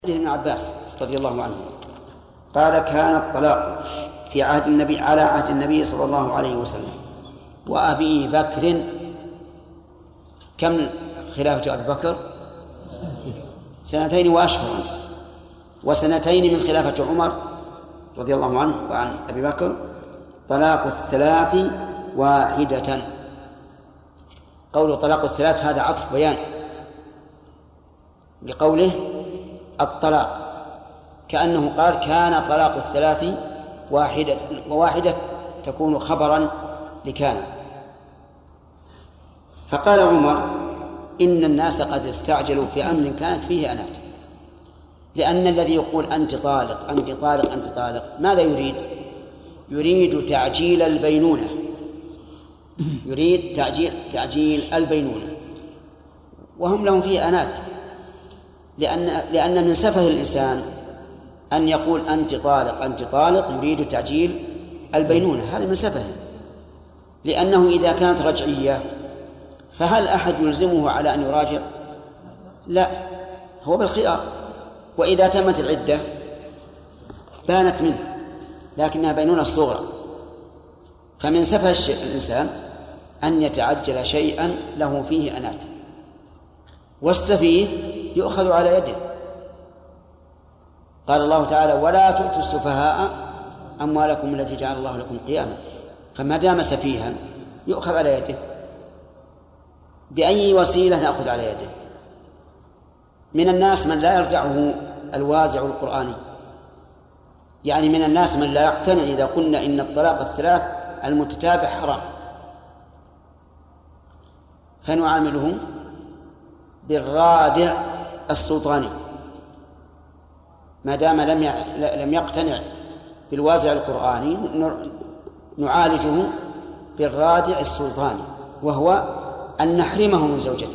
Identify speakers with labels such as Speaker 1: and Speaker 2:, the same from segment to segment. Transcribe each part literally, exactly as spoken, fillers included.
Speaker 1: ابن عباس رضي الله عنه قال: كان الطلاق في عهد النبي على عهد النبي صلى الله عليه وسلم وأبي بكر. كم خلافة أبي بكر؟ سنتين وأشهر، وسنتين من خلافة عمر رضي الله عنه وعن أبي بكر طلاق الثلاث واحدة. قول طلاق الثلاث هذا عطف بيان لقوله الطلاق، كأنه قال كان طلاق الثلاث واحدة، وواحدة تكون خبرا لكان. فقال عمر: إن الناس قد استعجلوا في أمر كانت فيه أنات. لأن الذي يقول أنت طالق أنت طالق أنت طالق ماذا يريد؟ يريد تعجيل البينونة، يريد تعجيل تعجيل البينونة، وهم لهم فيه أنات. لأن لأن من سفه الإنسان أن يقول أنت طالق أنت طالق يريد تعجيل البينونة، هذا من سفه. لأنه إذا كانت رجعية فهل أحد يلزمه على أن يراجع؟ لا، هو بالخيار. وإذا تمت العدة بانت منه، لكنها بينونة صغرى. فمن سفه الإنسان أن يتعجل شيئا له فيه أنات، والسفيه يؤخذ على يده. قال الله تعالى: ولا تؤتوا السفهاء أموالكم التي جعل الله لكم قياما. فما دام سفيها يؤخذ على يده، بأي وسيلة نأخذ على يده. من الناس من لا يرجعه الوازع القرآني، يعني من الناس من لا يقتنع إذا قلنا إن الطلاق الثلاث المتتابع حرام، فنعامله بالرادع السلطاني. ما دام لم لم يقتنع بالوازع القرآني نعالجه بالرادع السلطاني، وهو أن نحرمه من زوجته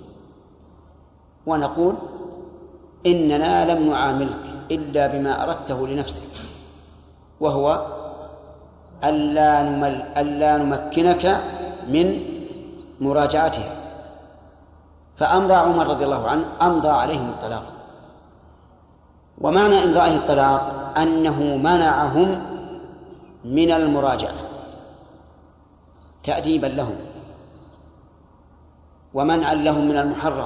Speaker 1: ونقول: إننا لم نعاملك إلا بما أردته لنفسك، وهو ألا نمل ألا نمكنك من مراجعتها. فأمضى عمر رضي الله عنه أمضى عليهم الطلاق. ومعنى إمضائه الطلاق أنه منعهم من المراجعة تأديبا لهم ومنعا لهم من المحرم،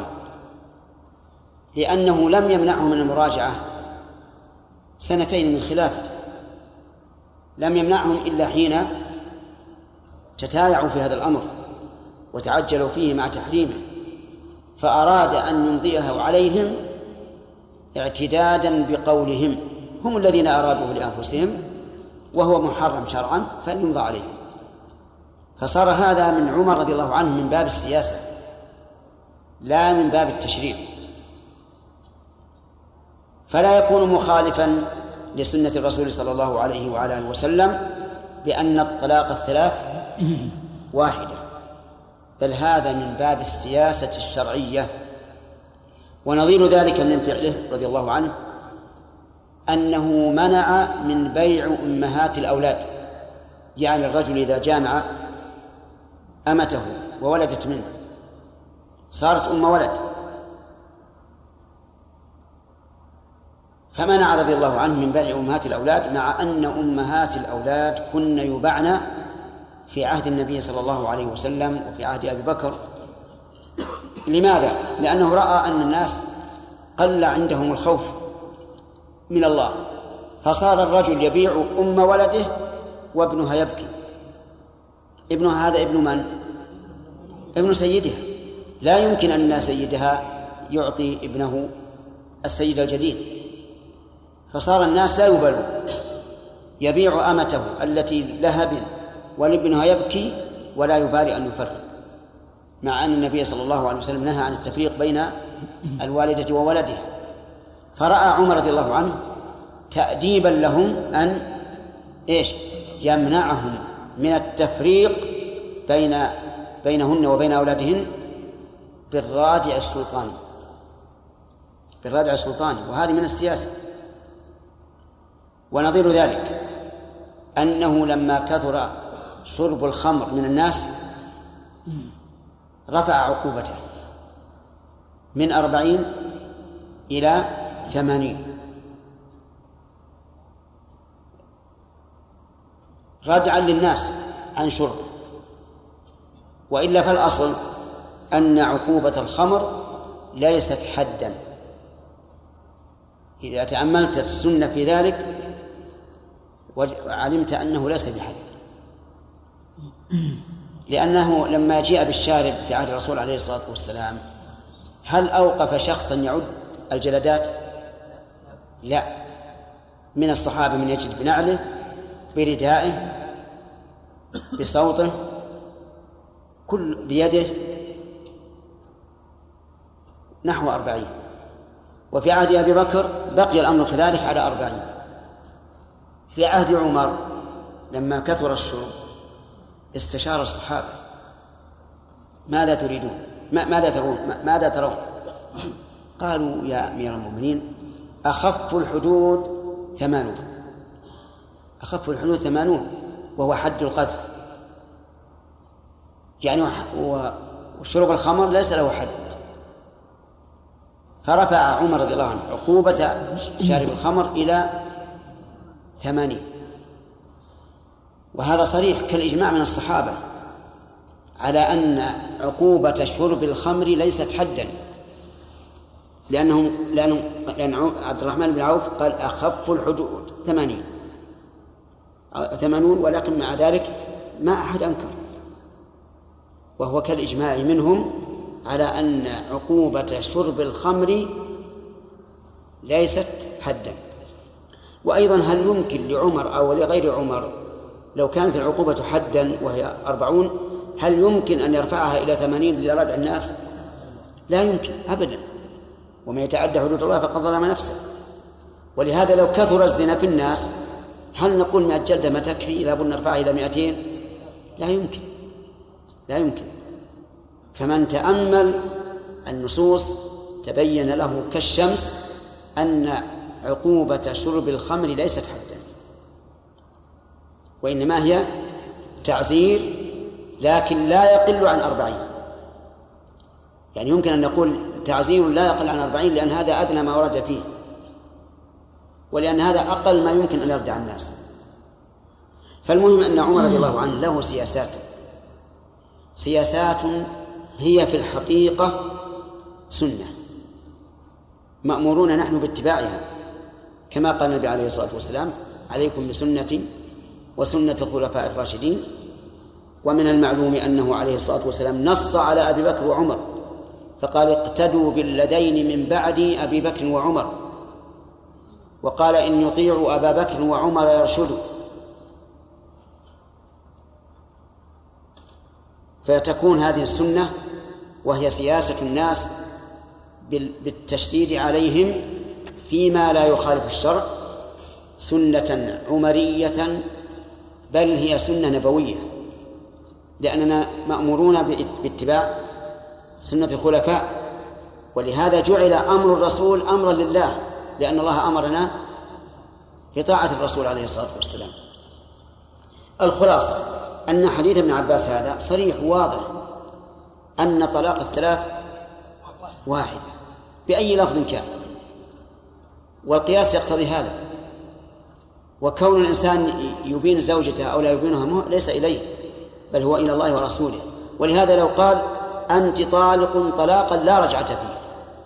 Speaker 1: لأنه لم يمنعهم من المراجعة سنتين من خلافته، لم يمنعهم إلا حين تتايعوا في هذا الأمر وتعجلوا فيه مع تحريمه، فأراد أن يمضيه عليهم اعتدادا بقولهم، هم الذين أرادوه لأنفسهم وهو محرم شرعا فليمضى عليهم. فصار هذا من عمر رضي الله عنه من باب السياسة لا من باب التشريع، فلا يكون مخالفا لسنة الرسول صلى الله عليه وعلى آله وسلم بأن الطلاق الثلاث واحدة، بل هذا من باب السياسة الشرعية. ونظير ذلك من فعله رضي الله عنه أنه منع من بيع أمهات الأولاد، يعني الرجل إذا جامع أمته وولدت منه صارت أم ولد، فمنع رضي الله عنه من بيع أمهات الأولاد، مع أن أمهات الأولاد كن يباعن في عهد النبي صلى الله عليه وسلم وفي عهد أبي بكر. لماذا؟ لأنه رأى أن الناس قل عندهم الخوف من الله، فصار الرجل يبيع أم ولده وابنها يبكي. ابنها هذا ابن من؟ ابن سيدها، لا يمكن أن سيدها يعطي ابنه السيد الجديد، فصار الناس لا يبالون، يبيع أمته التي لها ابن والابنها يبكي ولا يبالي أن يفرق، مع أن النبي صلى الله عليه وسلم نهى عن التفريق بين الوالدة وولدها. فرأى عمر رضي الله عنه تأديبا لهم أن إيش يمنعهم من التفريق بين بينهن وبين أولادهن بالرادع السلطاني، بالرادع السلطاني، وهذه من السياسة. ونظير ذلك أنه لما كثر شرب الخمر من الناس رفع عقوبته من أربعين إلى ثمانين ردعا للناس عن شرب، وإلا فالأصل أن عقوبة الخمر ليست حدا. إذا تأملت السنة في ذلك وعلمت أنه ليس بحد، لأنه لما جاء بالشارب في عهد الرسول عليه الصلاة والسلام هل أوقف شخصا يعد الجلدات؟ لا، من الصحابة من يجد بنعله، بردائه، بصوته، كل بيده، نحو أربعين. وفي عهد أبي بكر بقي الأمر كذلك على أربعين. في عهد عمر لما كثر الشرب استشار الصحابة: ماذا تريدون؟ ماذا ترون؟ ماذا ترون؟ قالوا: يا أمير المؤمنين، أخف الحدود ثمانون. أخف الحدود ثمانون وهو حد القذف، يعني وشرب الخمر ليس له حد. فرفع عمر رضي الله عنه عقوبة شارب الخمر إلى ثمانين، وهذا صريح كالإجماع من الصحابة على أن عقوبة شرب الخمر ليست حدا، لأنهم لأنه لأن عبد الرحمن بن عوف قال: أخف الحدود ثمانين ثمانون، ولكن مع ذلك ما أحد أنكر، وهو كالإجماع منهم على أن عقوبة شرب الخمر ليست حدا. وأيضا هل يمكن لعمر أو لغير عمر لو كانت العقوبة حدا وهي أربعون هل يمكن أن يرفعها إلى ثمانين لردع الناس؟ لا يمكن أبدا، ومن يتعدى حدود الله فقد ظلم نفسه. ولهذا لو كثر الزنا في الناس هل نقول مئة جلدة ما تكفي، لابد نرفعها إلى مئتين؟ لا يمكن، لا يمكن. فمن تأمل النصوص تبين له كالشمس أن عقوبة شرب الخمر ليست حدا، وإنما هي تعزير، لكن لا يقل عن أربعين. يعني يمكن أن نقول تعزير لا يقل عن أربعين لأن هذا أدنى ما ورد فيه، ولأن هذا أقل ما يمكن أن يردع الناس. فالمهم أن عمر رضي الله عنه له سياسات سياسات هي في الحقيقة سنة مأمورون نحن باتباعها، كما قال النبي عليه الصلاة والسلام: عليكم بسنتي وسنة الخلفاء الراشدين. ومن المعلوم أنه عليه الصلاة والسلام نص على أبي بكر وعمر فقال: اقتدوا بالذين من بعد أبي بكر وعمر، وقال: إن يطيعوا أبا بكر وعمر يرشدوا. فتكون هذه السنة وهي سياسة الناس بالتشديد عليهم فيما لا يخالف الشرع سنة عمرية، بل هي سنة نبوية، لأننا مأمورون باتباع سنة الخلفاء. ولهذا جعل أمر الرسول أمرا لله، لأن الله أمرنا بطاعة الرسول عليه الصلاة والسلام. الخلاصة أن حديث ابن عباس هذا صريح واضح أن طلاق الثلاث واحد بأي لفظ كان، والقياس يقتضي هذا. وكون الإنسان يبين زوجته أو لا يبينها ليس إليه، بل هو إلى الله ورسوله. ولهذا لو قال: أنت طالق طلاقا لا رجعة فيه،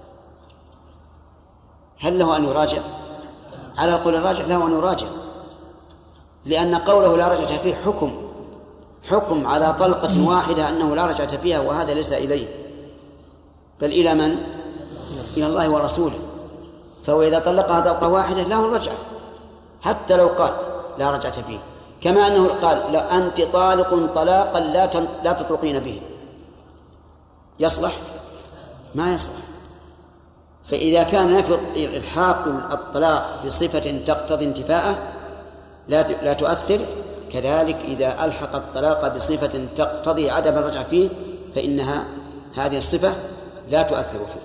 Speaker 1: هل له أن يراجع؟ على القول الراجع له أن يراجع، لأن قوله لا رجعة فيه حكم حكم على طلقة واحدة أنه لا رجعة فيها، وهذا ليس إليه بل إلى من؟ إلى الله ورسوله. فهو إذا طلقها طلقة واحدة له الرجعة حتى لو قال لا رجعة فيه، كما أنه قال: لا أنت طالق طلاقا لا لا تطلقين به. يصلح؟ ما يصلح. فإذا كان نفي الحاق الطلاق بصفة تقتضي انتفاءه لا لا تؤثر، كذلك إذا ألحق الطلاق بصفة تقتضي عدم الرجعة فيه فإنها هذه الصفة لا تؤثر فيه.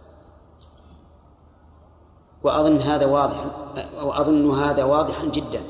Speaker 1: وأظن هذا واضح وأظن هذا واضحا جدا.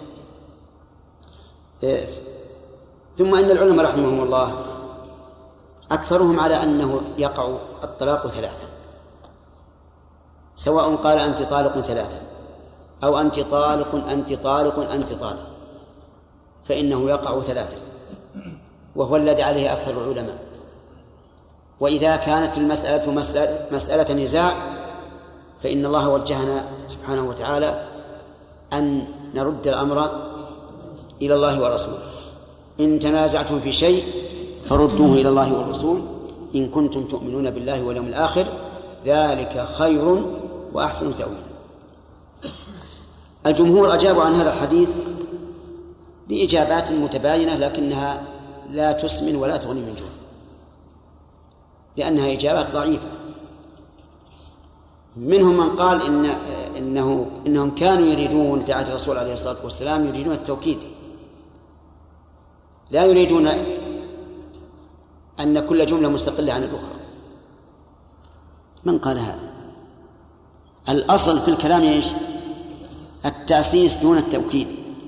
Speaker 1: ثم إن العلماء رحمهم الله أكثرهم على أنه يقع الطلاق ثلاثة، سواء قال أنت طالق ثلاثة أو أنت طالق أنت طالق أنت طالق، فإنه يقع ثلاثة، وهو الذي عليه أكثر العلماء. وإذا كانت المسألة مسألة, مسألة نزاع فإن الله وجهنا سبحانه وتعالى أن نرد الأمر إلى الله ورسوله. إن تنازعتم في شيء فردوه إلى الله والرسول إن كنتم تؤمنون بالله واليوم الآخر ذلك خير وأحسن تأويلا. الجمهور أجابوا عن هذا الحديث بإجابات متباينة لكنها لا تسمن ولا تغني من جوع، لأنها إجابات ضعيفة. منهم من قال إن إنه إنهم كانوا يريدون في عهد الرسول عليه الصلاة والسلام يريدون التوكيد، لا يريدون أن كل جملة مستقلة عن الأخرى. من قال هذا؟ الأصل في الكلام إيش؟ التأسيس دون التوكيد.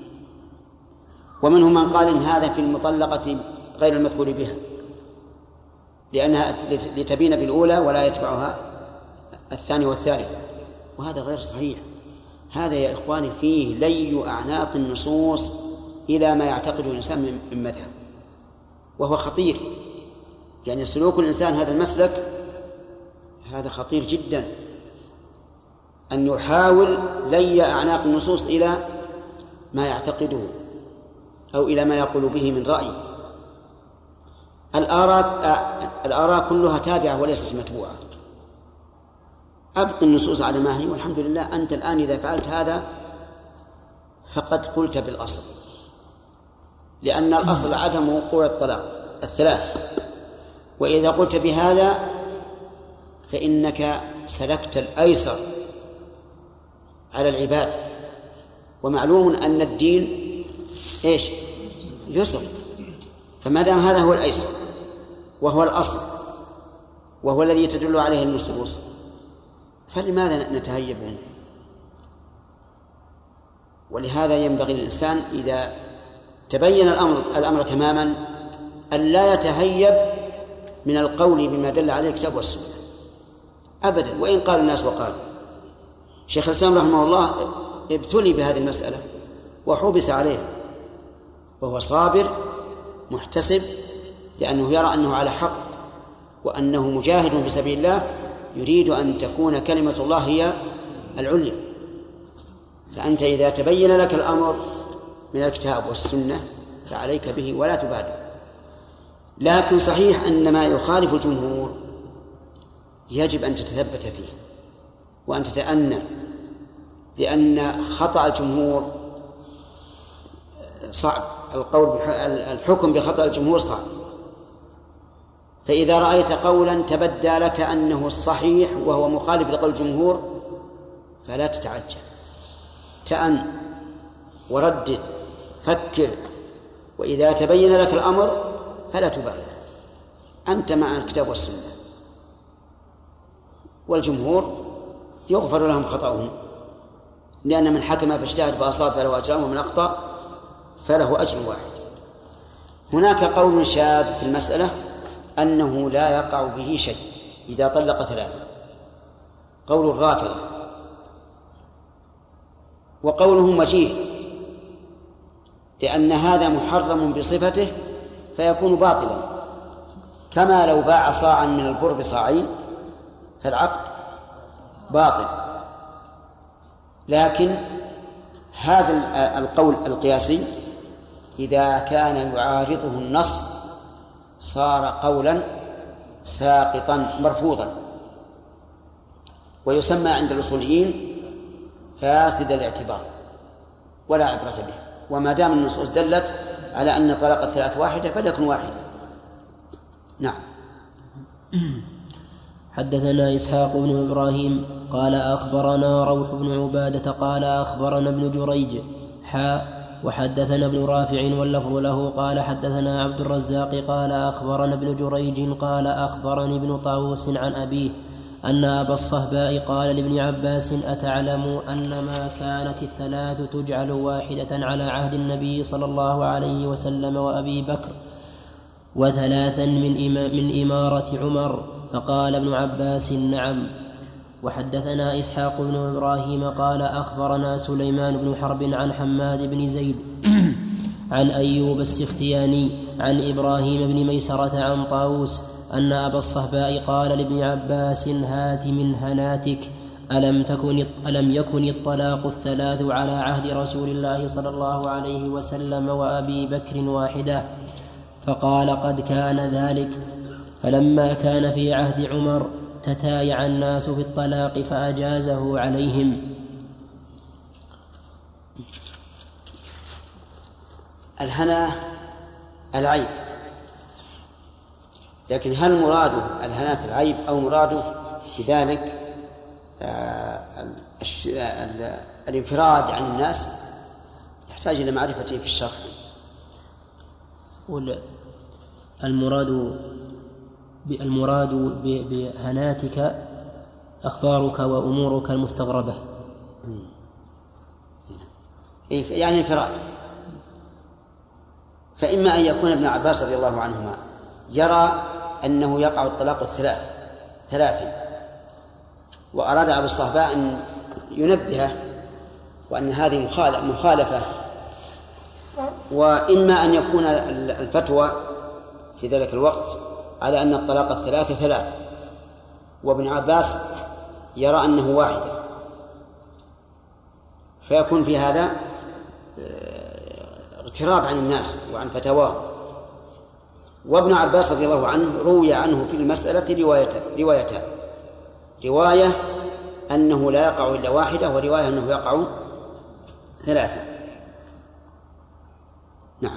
Speaker 1: ومنهم من قال إن هذا في المطلقة غير المذكور بها، لأنها لتبين بالأولى ولا يتبعها الثانية والثالثة، وهذا غير صحيح. هذا يا إخواني فيه لي أعناق النصوص إلى ما يعتقده الإنسان من مذهب، وهو خطير. يعني سلوك الإنسان هذا المسلك هذا خطير جدا، أن يحاول لي أعناق النصوص إلى ما يعتقده أو إلى ما يقول به من رأي. الآراء الآراء كلها تابعة وليست متبوعة. أبقي النصوص على ما هي، والحمد لله. أنت الآن إذا فعلت هذا فقد قلت بالأصل، لأن الأصل عدم وقوع الطلاق الثلاث، وإذا قلت بهذا فإنك سلكت الأيسر على العباد. ومعلوم أن الدين إيش؟ يسر. فما دام هذا هو الأيسر وهو الأصل وهو الذي تدل عليه النصوص فلماذا نتهيب منه؟ ولهذا ينبغي للإنسان إذا تبين الأمر الأمر تماما أن لا يتهيب من القول بما دل عليه الكتاب والسنة أبدا، وإن قال الناس وقالوا. شيخ الإسلام رحمه الله ابتلي بهذه المسألة وحبس عليها، وهو صابر محتسب، لأنه يرى أنه على حق وأنه مجاهد في سبيل الله يريد أن تكون كلمة الله هي العليا. فأنت إذا تبين لك الأمر من الكتاب والسنة فعليك به ولا تبادر. لكن صحيح أن ما يخالف الجمهور يجب أن تتثبت فيه وأن تتأنى، لأن خطأ الجمهور صعب، القول الحكم بخطأ الجمهور صعب. فإذا رأيت قولا تبدى لك أنه الصحيح وهو مخالف لقول الجمهور فلا تتعجل، تأن وردد فكر، وإذا تبين لك الأمر فلا تبالغ، أنت مع الكتاب والسنة. والجمهور يغفر لهم خطأهم، لأن من حكم فاجتهد فأصاب فله أجران ومن أخطأ فله أجر واحد. هناك قول شاذ في المسألة أنه لا يقع به شيء إذا طلق ثلاثة، قول الرافضة، وقولهم وجيه، لأن هذا محرم بصفته فيكون باطلا، كما لو باع صاعا من البر بصاعين فالعقد باطل. لكن هذا القول القياسي إذا كان يعارضه النص صار قولا ساقطا مرفوضا، ويسمى عند الأصوليين فاسد الاعتبار ولا عبرة به. وما دام النصوص دلت على أن طلاق الثلاث واحدة فليكن واحدة. نعم.
Speaker 2: حدثنا إسحاق بن إبراهيم قال أخبرنا روح بن عبادة قال أخبرنا ابن جريج حاء وحدثنا ابن رافع واللفظ له قال حدثنا عبد الرزاق قال أخبرنا ابن جريج قال أخبرني ابن طاووس عن أبيه أن أبا الصهباء قال لابن عباس أتعلم أن ما كانت الثلاث تجعل واحدة على عهد النبي صلى الله عليه وسلم وأبي بكر وثلاثا من, من إمارة عمر؟ فقال ابن عباس نعم. وحدثنا إسحاق بن إبراهيم قال أخبرنا سليمان بن حرب عن حماد بن زيد عن أيوب السختياني عن إبراهيم بن ميسرة عن طاووس أن أبا الصهباء قال لابن عباس هات من هناتك ألم, تكن ألم يكن الطلاق الثلاث على عهد رسول الله صلى الله عليه وسلم وأبي بكر واحدة؟ فقال قد كان ذلك. فلما كان في عهد عمر تتايع الناس في الطلاق فأجازه عليهم.
Speaker 1: الهنا العيب، لكن هل مراده الهنات العيب أو مراده بذلك الانفراد عن الناس؟ يحتاج إلى معرفته في الشرح.
Speaker 2: المراد المراد بهناتك أخبارك وأمورك المستغربة،
Speaker 1: يعني انفراد. فإما أن يكون ابن عباس رضي الله عنهما يرى أنه يقع الطلاق الثلاث ثلاثا، وأراد أبو الصهباء أن ينبهه وأن هذه مخالفة. وإما أن يكون الفتوى في ذلك الوقت على أن الطلاق الثلاث ثلاث، وابن عباس يرى أنه واحدة، فيكون في هذا اغتراب عن الناس وعن فتاواهم. وابن عباس رضي الله عنه روي عنه في المسألة روايتان روايتان رواية أنه لا يقع إلا واحدة، ورواية أنه يقع ثلاثة. نعم.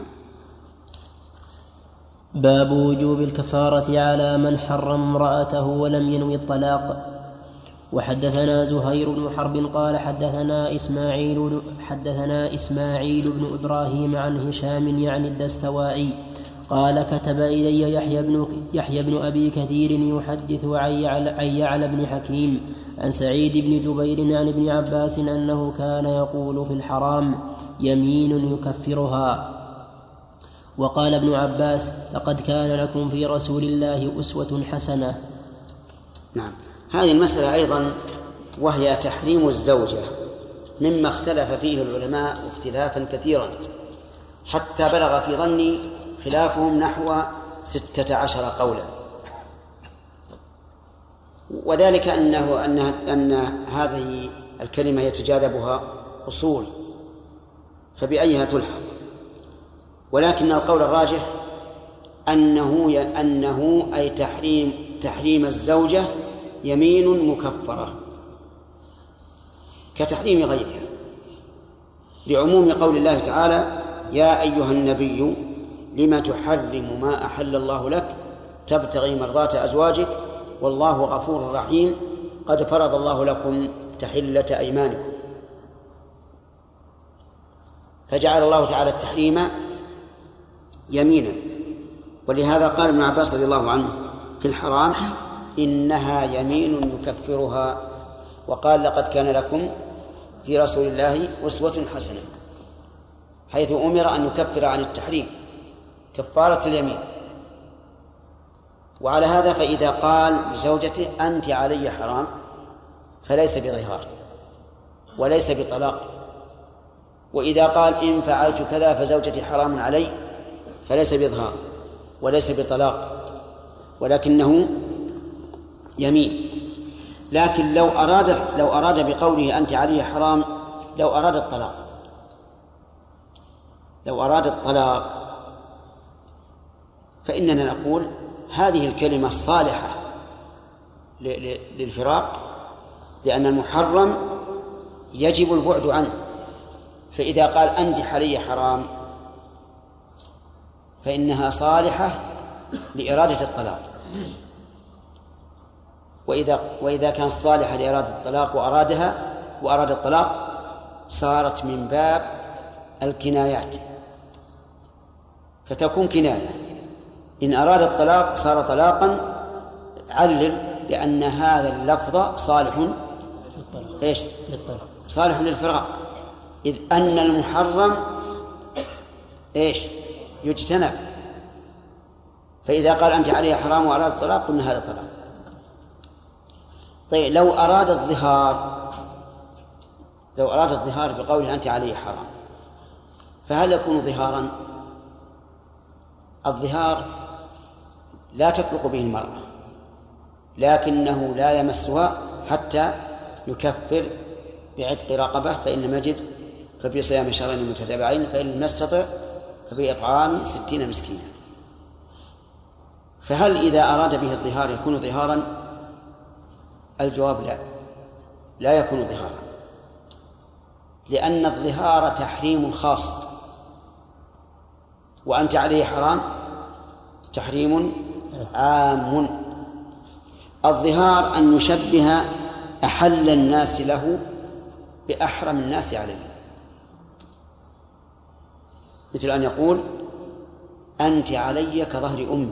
Speaker 2: باب وجوب الكفارة على من حرم امرأته ولم ينوي الطلاق. وحدثنا زهير بن حرب قال حدثنا إسماعيل حدثنا إسماعيل بن إبراهيم عن هشام يعني الدستوائي قال كتب إلي يحيى بن, يحيى بن أبي كثير يحدث عن يعلى بن حكيم عن سعيد بن جبير عن ابن عباس أنه كان يقول في الحرام يمين يكفرها. وقال ابن عباس لقد كان لكم في رسول الله أسوة حسنة.
Speaker 1: نعم. هذه المسألة أيضا وهي تحريم الزوجة مما اختلف فيه العلماء اختلافا كثيرا، حتى بلغ في ظني خلافهم نحو ستة عشر قولا. وذلك أنه أن أن هذه الكلمة يتجاذبها أصول، فبأيها تلحق. ولكن القول الراجح أنه أنه أي تحريم تحريم الزوجة يمين مكفرة كتحريم غيرها، لعموم قول الله تعالى يا أيها النبي لما تحرم ما أحل الله لك تبتغي مرضات أزواجك والله غفور رحيم قد فرض الله لكم تحلة أيمانكم. فجعل الله تعالى التحريم يمينا. ولهذا قال ابن عباس رضي الله عنه في الحرام إنها يمين يكفرها، وقال لقد كان لكم في رسول الله أسوة حسنة، حيث أمر أن يكفر عن التحريم كفارة اليمين. وعلى هذا فإذا قال لزوجته أنت علي حرام فليس بظهار وليس بطلاق، وإذا قال إن فعلت كذا فزوجتي حرام علي فليس بظهار وليس بطلاق، ولكنه يمين. لكن لو أراد لو أراد بقوله أنت علي حرام لو أراد الطلاق لو أراد الطلاق فإننا نقول هذه الكلمة الصالحة للفراق، لأن المحرم يجب البعد عنه. فإذا قال أنت علي حرام فإنها صالحة لإرادة الطلاق، وإذا وإذا كانت صالحة لإرادة الطلاق وأرادها وأراد الطلاق صارت من باب الكنايات، فتكون كناية. إن أراد الطلاق صار طلاقا علل لأن هذا اللفظ صالح إيش؟ صالح للفراق، إذ أن المحرم إيش؟ يجتنب. فإذا قال أنت عليها حرام وأراد الطلاق قلنا هذا طلاق. طيب لو أراد الظهار لو أراد الظهار بقوله أنت علي حرام، فهل يكون ظهارا؟ الظهار لا تطلق به المرأة، لكنه لا يمسها حتى يكفر بعتق رقبة، فإن لم يجد ففي صيام شهرين متتابعين، فإن لم يستطع ففي إطعام ستين مسكينا. فهل إذا أراد به الظهار يكون ظهارا؟ الجواب لا، لا يكون ظهارا، لأن الظهار تحريم خاص، وأنت عليه حرام تحريم عام. الظهار أن نشبه أحل الناس له بأحرم الناس عليه، مثل أن يقول أنت علي كظهر أمي،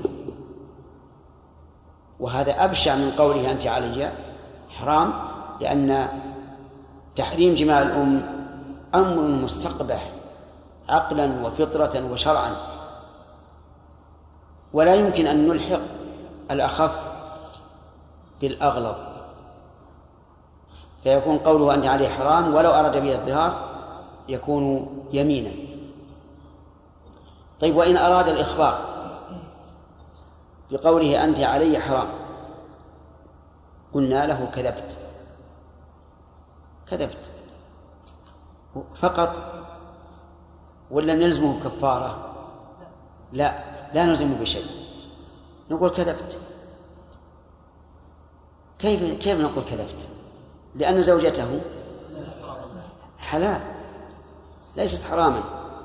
Speaker 1: وهذا أبشع من قوله أنت علي حرام، لأن تحريم جماع الأم أمر مستقبح عقلا وفطرة وشرعا، ولا يمكن أن نلحق الأخف بالأغلظ، فيكون قوله أنت عليه حرام ولو أراد به الظهار يكون يمينا. طيب وإن أراد الإخبار بقوله أنت علي حرام قلنا له كذبت كذبت فقط، ولا نلزمه كفارة؟ لا، لا نلزمه بشيء، نقول كذبت. كيف كيف نقول كذبت؟ لأن زوجته حلال ليست حراما،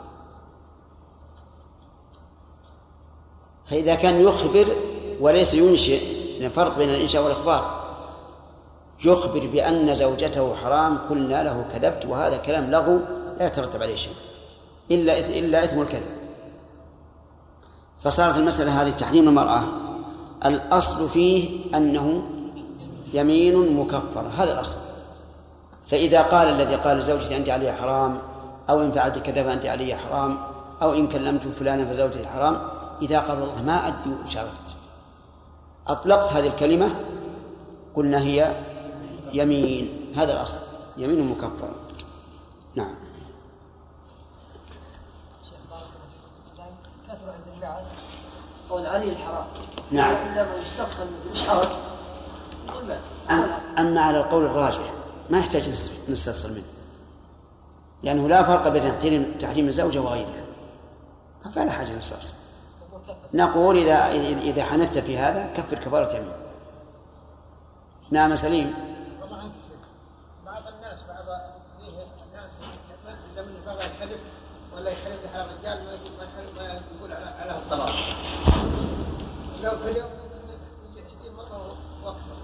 Speaker 1: فإذا كان يخبر وليس ينشئ، فرق بين الإنشاء والإخبار، يخبر بأن زوجته حرام قلنا له كذبت، وهذا كلام لغو لا يترتب عليه شيء إلا إلا إثم الكذب. فصارت المسألة هذه تحريم المرأة الأصل فيه أنه يمين مكفر، هذا الأصل. فإذا قال الذي قال لزوجتي أنت علي حرام، أو إن فعلت كذا فأنت علي حرام، أو إن كلمت فلانا فزوجتي حرام، إذا قال والله ما أدري وشاركت أطلقت هذه الكلمة قلنا هي يمين، هذا الأصل، يمين مكفر. نعم.
Speaker 3: كثر عند الناس قول علي الحرام،
Speaker 1: نعم،
Speaker 3: عندما يستفصل بالشرط.
Speaker 1: أما على القول الراجح ما يحتاج نستفصل منه، لأنه لا فرق بين تحريم الزوجة وغيرها، فلا حاجة نستفصل. نقول إذا إذا حنثت في هذا كفر كفارة يمين. نعم سليم.
Speaker 4: والله عنك بعض الناس بعض الناس إذا من بغى يحلف ولا يحلف على الرجال ما يحلف ما يقول على على الطلاق، لو في اليوم يجي عشرين مرة وأكثر.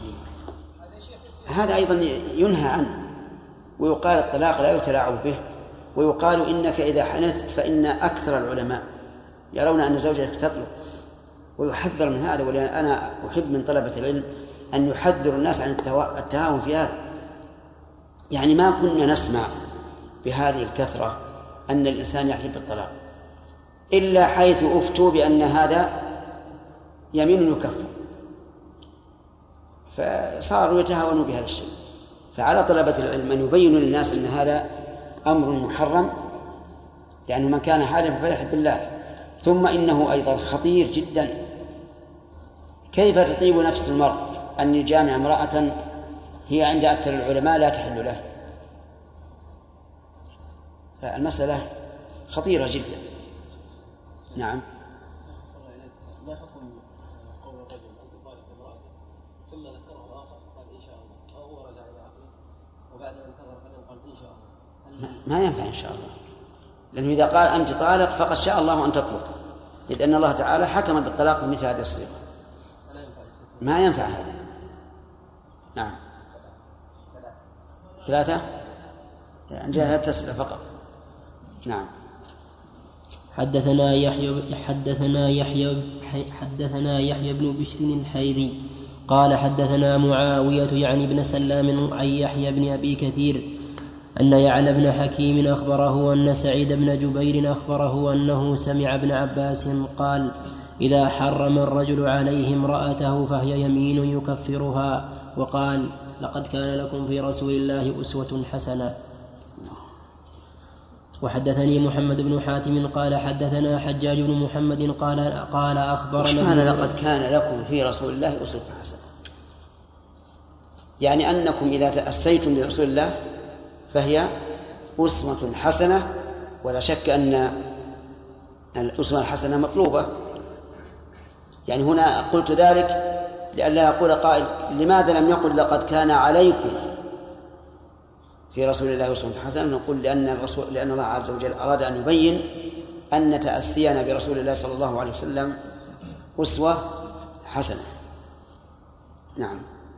Speaker 1: هذا أيضا ينهى عنه، ويقال الطلاق لا يتلاعب به، ويقال إنك إذا حنثت فإن أكثر العلماء يرون أن زوجتك تطلق، ويحذر من هذا. ولأن أنا أحب من طلبة العلم أن يحذر الناس عن التهاون في هذا. يعني ما كنا نسمع بهذه الكثرة أن الإنسان يحلف بالطلاق إلا حيث أفتوا بأن هذا يمين يكفر، فصاروا يتهاونوا بهذا الشيء. فعلى طلبة العلم أن يبينوا للناس أن هذا أمر محرم، لأنه من كان حالفا فليحلف بالله. ثم إنه أيضا خطير جدا. كيف تطيب نفس المرء أن يجامع امرأة هي عند أكثر العلماء لا تحل له؟ فالمسألة خطيرة جدا. نعم.
Speaker 5: ما حكم قول الرجل أن تطالق امرأته ثم ذكره آخر قال إن شاء الله، أو هو رجع إلى عقله وبعد أن انتظر فلم قال إن شاء الله؟
Speaker 1: ما ينفع إن شاء الله، لأنه إذا قال أنت طالق فقد شاء الله أن تطلق، إذ أن الله تعالى حكم بالطلاق بمثل هذه الصيغة. ما ينفع هذا. نعم. ثلاثة عندها تسلة فقط. نعم.
Speaker 2: حدثنا يحيى حدثنا يحيى حدثنا يحيى بن بشر الحيري قال حدثنا معاوية يعني بن سلام عن يحيى بن أبي كثير أن يعلى بن حكيم أخبره أن سعيد بن جبير أخبره أنه سمع ابن عباس قال: إذا حرم الرجل عليه امرأته فهي يمين يكفرها، وقال لقد كان لكم في رسول الله أسوة حسنة. وحدثني محمد بن حاتم قال حدثنا حجاج بن محمد قال قال أخبرنا
Speaker 1: لقد كان لكم في رسول الله أسوة حسنة، يعني أنكم إذا تأسيتم لرسول الله فهي أسوة حسنة، ولا شك أن الأسوة الحسنة مطلوبة. يعني هنا قلت ذلك لئلا يقول قائل لماذا لم يقل لقد كان عليكم في رسول الله أسوة حسنة؟ نقول لأن الرسول لأن الله عز وجل أراد أن يبين أن تأسينا برسول الله صلى الله عليه وسلم أسوة حسنة. نعم.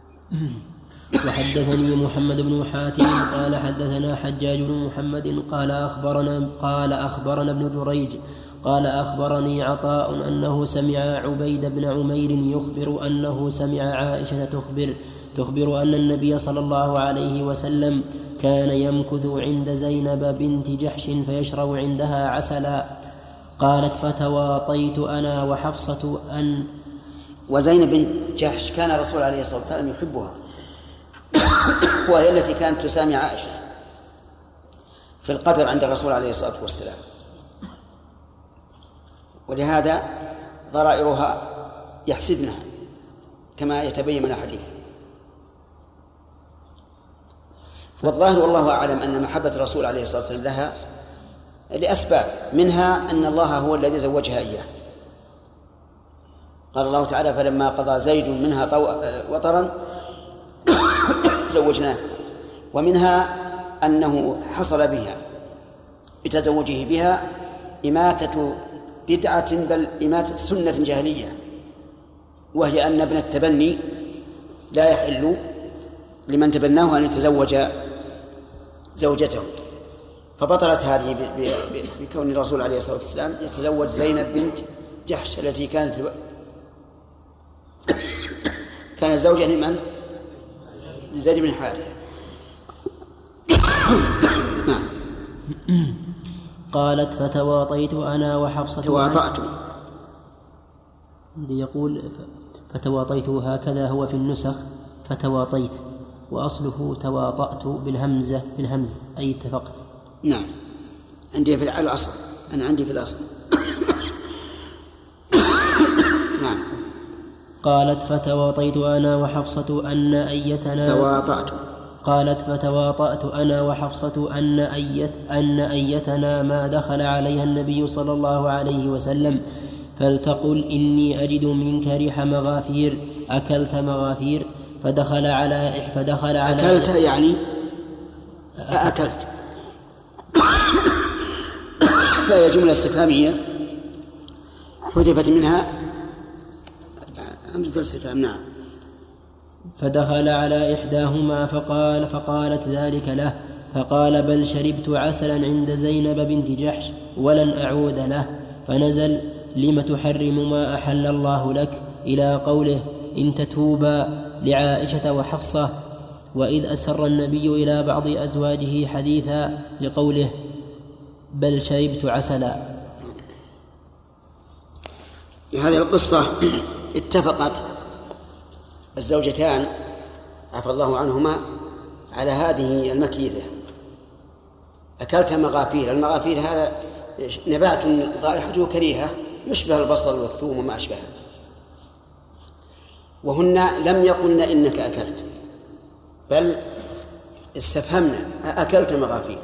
Speaker 2: وحدثني محمد بن حاتم قال حدثنا حجاج بن محمد قال أخبرنا قال أخبرنا ابن جريج قال أخبرني عطاء أنه سمع عبيد بن عمير يخبر أنه سمع عائشة تخبر تخبر أن النبي صلى الله عليه وسلم كان يمكث عند زينب بنت جحش فيشرب عندها عسلا. قالت فتواطيت أنا وحفصة أن
Speaker 1: وزينب بنت جحش كان الرسول عليه الصلاة والسلام يحبها، وهي التي كانت تسامع عائشة في القدر عند الرسول عليه الصلاة والسلام، ولهذا ضرائرها يحسدنها كما يتبين من الحديث. والظاهر والله أعلم أن محبة الرسول عليه الصلاة والسلام لها لأسباب، منها أن الله هو الذي زوجها إياه. قال الله تعالى فلما قضى زيد منها وطرا زوجناه. ومنها أنه حصل بها بتزوجه بها إماتة بدعة بل إماتة سنة جاهلية، وهي أن ابن التبني لا يحل لمن تبناه أن يتزوج زوجته، فبطلت هذه بكون الرسول عليه الصلاة والسلام يتزوج زينب بنت جحش التي كانت كانت زوجة لمن؟ لزيد بن حارثة.
Speaker 2: قالت فتواطيت أنا وحفصة
Speaker 1: تواطأت
Speaker 2: يقول فتواطيت هكذا هو في النسخ فتواطيت، وأصله تواطأت بالهمزة بالهمز أي اتفقت.
Speaker 1: نعم عندي في الأصل، أنا عندي في الأصل. نعم.
Speaker 2: قالت فتواطيت أنا وحفصة أن أيتنا
Speaker 1: تواطأت
Speaker 2: قالت فتواطأت أنا وحفصة أن أيت أن أيتنا ما دخل عليها النبي صلى الله عليه وسلم فلتقل إني أجد منك ريح مغافير أكلت مغافير فدخل على فدخل على
Speaker 1: أكلت يعني أكلت فهي جملة استفهامية حذفت منها همزة الاستفهام. نعم.
Speaker 2: فدخل على إحداهما فقال فقالت ذلك له فقال بل شربت عسلا عند زينب بنت جحش ولن أعود له. فنزل لم تحرم ما أحل الله لك إلى قوله إن تتوبا لعائشة وحفصة، وإذ أسر النبي إلى بعض أزواجه حديثا لقوله بل شربت عسلا.
Speaker 1: هذه القصة اتفقت الزوجتان عفى الله عنهما على هذه المكيدة. أكلت مغافير، المغافير هذا نبات رائحته كريهة يشبه البصل والثوم وما أشبهه، وهن لم يقلن إنك أكلت بل استفهمنا أكلت مغافير،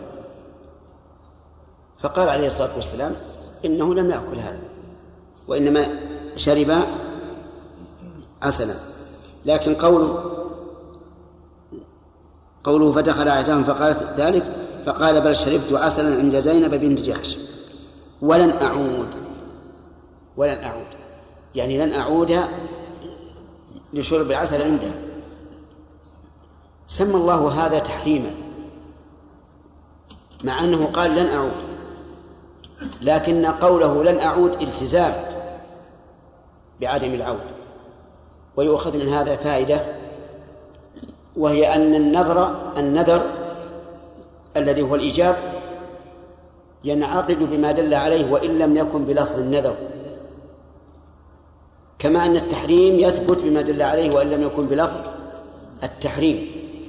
Speaker 1: فقال عليه الصلاة والسلام إنه لم يأكل هذا وإنما شرب عسلا. لكن قوله قوله فدخل عيتهم فقالت ذلك فقال بل شربت عسلا عند زينب بنت جحش ولن أعود ولن أعود يعني لن أعود لشرب العسل عندها. سمى الله هذا تحريما مع أنه قال لن أعود، لكن قوله لن أعود التزام بعدم العود. ويؤخذ من هذا فائدة، وهي أن النذر النذر الذي هو الإيجاب ينعقد بما دل عليه وإن لم يكن بلفظ النذر، كما أن التحريم يثبت بما دل عليه وإن لم يكن بلفظ التحريم،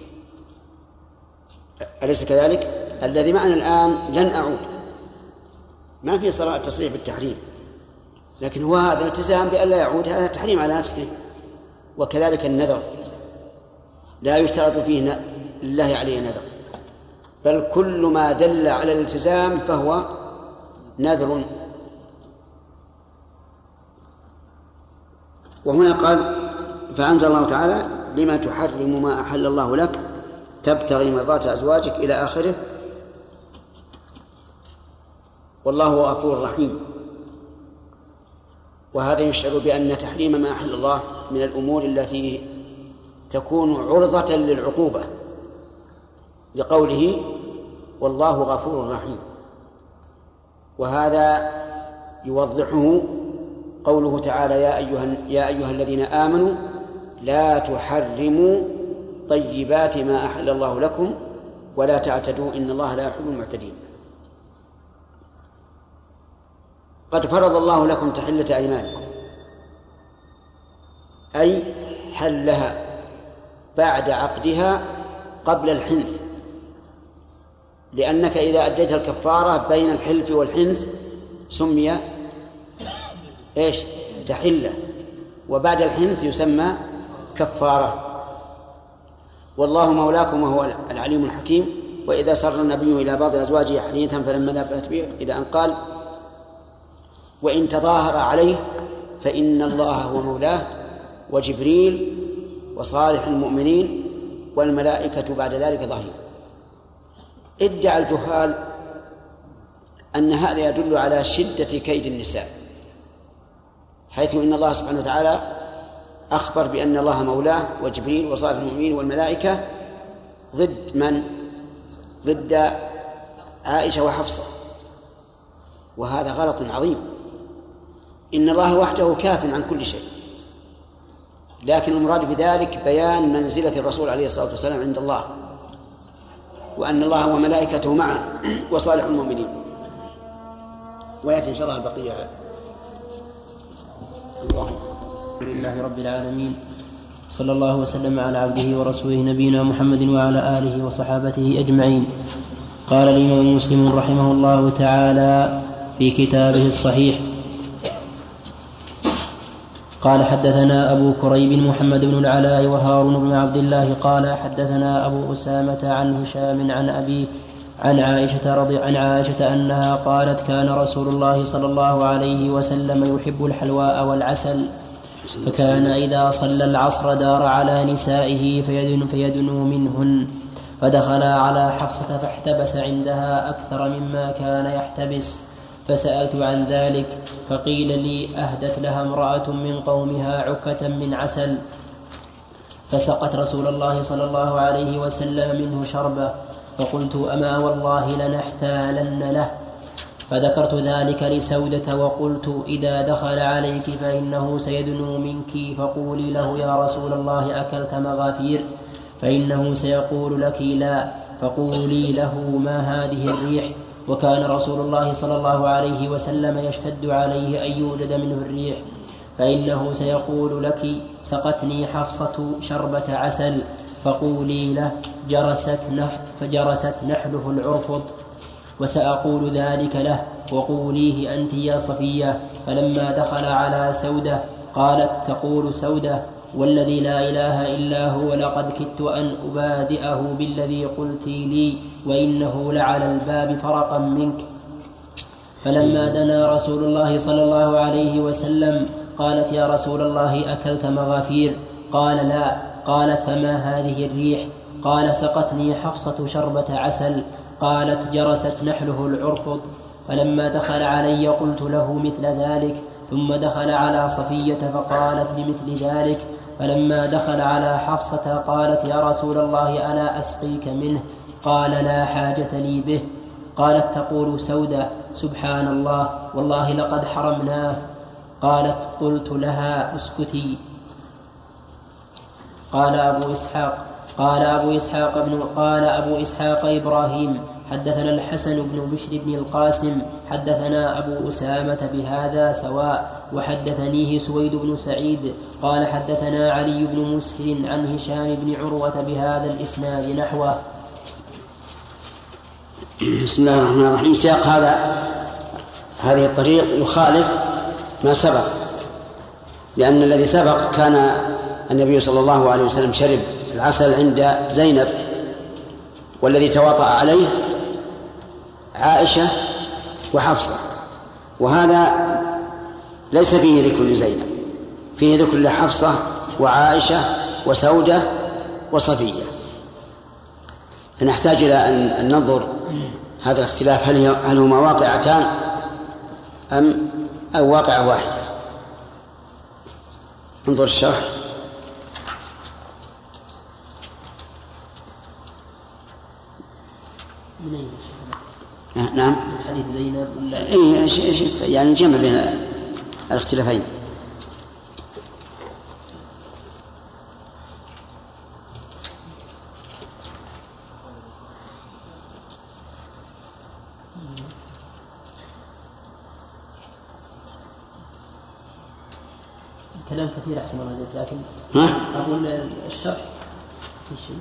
Speaker 1: أليس كذلك؟ الذي معنا الآن لن أعود، ما في صراحة تصريح بالتحريم، لكن هو هذا الالتزام بأن لا يعود، هذا تحريم على نفسه. وكذلك النذر لا يشترط فيه لله عليه نذر، بل كل ما دل على الالتزام فهو نذر. وهنا قال فأنزل الله تعالى لما تحرم ما أحل الله لك تبتغي مرضات أزواجك إلى آخره. والله غفور رحيم. وهذا يشعر بأن تحريم ما أحل الله من الأمور التي تكون عرضة للعقوبة، لقوله والله غفور رحيم. وهذا يوضحه قوله تعالى يا أيها, يا أيها الذين آمنوا لا تحرموا طيبات ما أحل الله لكم ولا تعتدوا إن الله لا يحب المعتدين. قد فرض الله لكم تحلة أيمانكم، أي حلها بعد عقدها قبل الحنث، لأنك إذا أديت الكفارة بين الحلف والحنث سمي إيش؟ تحلة، وبعد الحنث يسمى كفارة. والله مولاكم وهو العليم الحكيم. وإذا سر النبي إلى بعض أزواجه حديثا فلما نبأت به إلى أن قال وإن تظاهر عليه فإن الله هو مولاه وجبريل وصالح المؤمنين والملائكة بعد ذلك ظهير. ادعى الجهال أن هذا يدل على شدة كيد النساء، حيث إن الله سبحانه وتعالى أخبر بأن الله مولاه وجبريل وصالح المؤمنين والملائكة ضد من؟ ضد عائشة وحفصة، وهذا غلط عظيم. إن الله وحده كاف عن كل شيء، لكن المراد بذلك بيان منزلة الرسول عليه الصلاة والسلام عند الله، وأن الله وملائكته معه وصالح المؤمنين. ويأتي إن شاء الله البقية.
Speaker 2: الحمد لله رب العالمين، صلى الله وسلم على عبده ورسوله نبينا محمد وعلى آله وصحابته أجمعين. قال الإمام مسلم رحمه الله تعالى في كتابه الصحيح قال حدثنا أبو كريب محمد بن العلاء وهارون بن عبد الله قال حدثنا أبو أسامة عن هشام عن أبيه عن عائشة رضي عن عائشة أنها قالت كان رسول الله صلى الله عليه وسلم يحب الحلواء والعسل، فكان إذا صلى العصر دار على نسائه فيدن فيدنو منهن، فدخل على حفصة فاحتبس عندها أكثر مما كان يحتبس، فسألت عن ذلك فقيل لي أهدت لها امرأة من قومها عكة من عسل، فسقت رسول الله صلى الله عليه وسلم منه شربة، فقلت أما والله لنحتالن له، فذكرت ذلك لسودة وقلت إذا دخل عليك فإنه سيدنو منك فقولي له يا رسول الله أكلت مغافير، فإنه سيقول لك لا، فقولي له ما هذه الريح. وكان رسول الله صلى الله عليه وسلم يشتد عليه أن يوجد منه الريح، فإنه سيقول لك سقتني حفصة شربة عسل، فقولي له جرست نح فجرست نحله العرفط، وسأقول ذلك له وقوليه أنت يا صفية. فلما دخل على سودة قالت تقول سودة والذي لا إله إلا هو لقد كدت أن أبادئه بالذي قلت لي وإنه لعلى الباب فرقا منك. فلما دنا رسول الله صلى الله عليه وسلم قالت يا رسول الله أكلت مغافير؟ قال لا. قالت فما هذه الريح؟ قال سقتني حفصة شربة عسل. قالت جرست نحله العرفط. فلما دخل علي قلت له مثل ذلك، ثم دخل على صفية فقالت بمثل ذلك. فلما دخل على حفصة قالت يا رسول الله ألا أسقيك منه؟ قال لا حاجة لي به. قالت تقول سودة سبحان الله والله لقد حرمناه. قالت قلت لها اسكتي. قال أبو إسحاق قال أبو إسحاق ابن قال أبو إسحاق إبراهيم حدثنا الحسن بن بشر بن القاسم حدثنا أبو أسامة بهذا سواء وحدثنيه سويد بن سعيد قال حدثنا علي بن مسهر عن هشام بن عروة بهذا الإسناد نحوه.
Speaker 1: بسم الله الرحمن الرحيم. سياق هذا هذه الطريق يخالف ما سبق، لأن الذي سبق كان النبي صلى الله عليه وسلم شرب العسل عند زينب، والذي تواطأ عليه عائشة وحفصة، وهذا ليس فيه ذكر لزينب، فيه ذكر لحفصة وعائشة وسودة وصفية. فنحتاج إلى أن ننظر هذا الاختلاف هل هل هما واقعتان أم أو واقعة واحدة. انظر الشرح.
Speaker 2: من أين؟
Speaker 1: آه نعم.
Speaker 2: من حديث زينب.
Speaker 1: إيه يعني جمع بين الاختلافين.
Speaker 2: كلام كثير أحسن الله عليك، لكن
Speaker 1: ها؟
Speaker 2: أقول الشرح في شيء.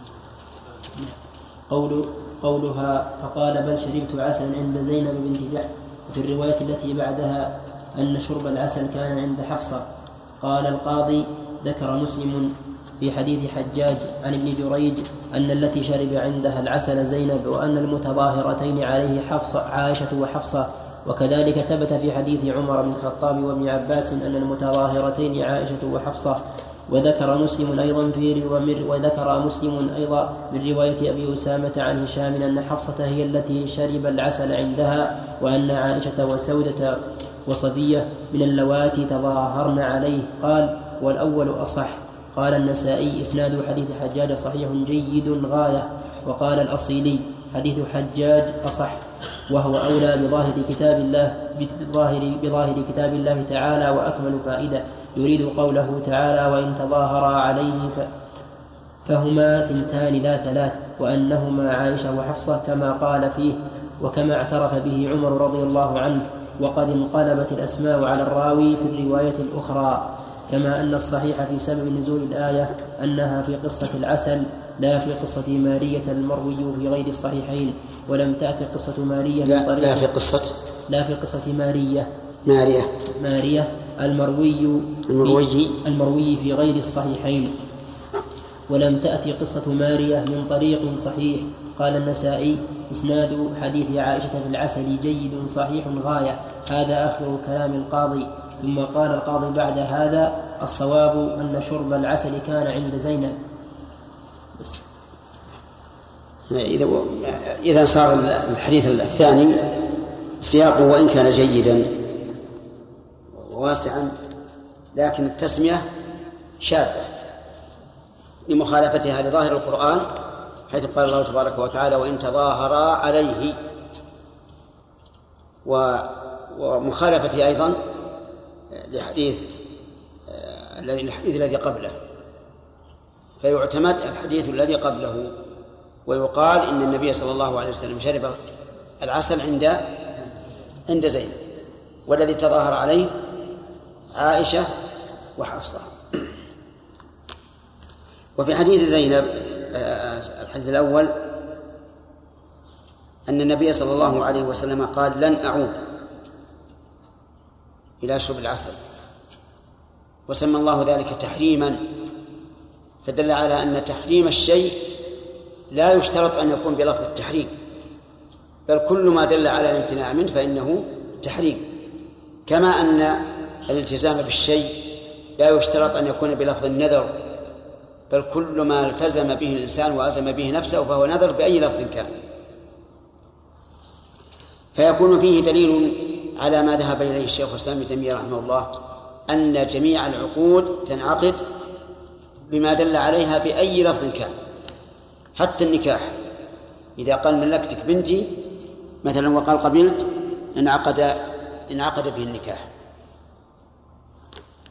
Speaker 2: قول قولها فقال بل شربت عسلا عند زينب بنت جحش، وفي الرواية التي بعدها أن شرب العسل كان عند حفصة. قال القاضي ذكر مسلم في حديث حجاج عن ابن جريج أن التي شرب عندها العسل زينب، وأن المتظاهرتين عليه حفصة عائشة وحفصة. وكذلك ثبت في حديث عمر بن الخطاب وابن عباس أن المتظاهرتين عائشة وحفصة. وذكر مسلم أيضا في وذكر مسلم أيضا من رواية أبي أسامة عن هشام أن حفصة هي التي شرب العسل عندها، وأن عائشة وسودة وصفية من اللواتي تظاهرن عليه. قال والأول أصح. قال النسائي إسناد حديث حجاج صحيح جيد غاية. وقال الأصيلي حديث حجاج أصح، وهو أولى بظاهر كتاب الله بظاهر, بظاهر كتاب الله تعالى وأكمل فائدة. يريد قوله تعالى وإن تظاهرا عليه فهما ثنتان لا ثلاث، وأنهما عائشة وحفصة كما قال فيه وكما اعترف به عمر رضي الله عنه. وقد انقلبت الأسماء على الراوي في الرواية الأخرى، كما أن الصحيح في سبب نزول الآية أنها في قصة العسل لا في قصة مارية المروي في غير الصحيحين. ولم تأتي قصة مارية
Speaker 1: لا, من لا في قصة
Speaker 2: لا في قصة مارية
Speaker 1: مارية
Speaker 2: مارية المروي
Speaker 1: المروي
Speaker 2: المروي في غير الصحيحين. ولم تأتي قصة مارية من طريق صحيح. قال النسائي إسناد حديث عائشة في العسل جيد صحيح غاية. هذا آخر كلام القاضي. ثم قال القاضي بعد هذا الصواب أن شرب العسل كان عند زينب. بس.
Speaker 1: إذا إذا صار الحديث الثاني سياقه وإن كان جيدا وواسعا، لكن التسمية شاذة لمخالفتها لظاهر القرآن، حيث قال الله تبارك وتعالى وإن تظاهرا عليه، ومخالفتها أيضا لحديث الحديث الذي قبله، فيعتمد الحديث الذي قبله. ويقال إن النبي صلى الله عليه وسلم شرب العسل عند عند زينب، والذي تظاهر عليه عائشة وحفصة. وفي حديث زينب الحديث الأول أن النبي صلى الله عليه وسلم قال لن أعود إلى شرب العسل، وسمى الله ذلك تحريما، فدل على أن تحريم الشيء لا يشترط أن يكون بلفظ التحريم، بل كل ما دل على الامتناع منه فإنه تحريم. كما أن الالتزام بالشيء لا يشترط أن يكون بلفظ النذر، بل كل ما التزم به الإنسان وأزم به نفسه فهو نذر بأي لفظ كان. فيكون فيه دليل على ما ذهب إليه الشيخ الإسلام ابن تيمية رحمه الله، أن جميع العقود تنعقد بما دل عليها بأي لفظ كان، حتى النكاح. إذا قال ملكتك بنتي مثلا وقال قبلت انعقد انعقد به النكاح.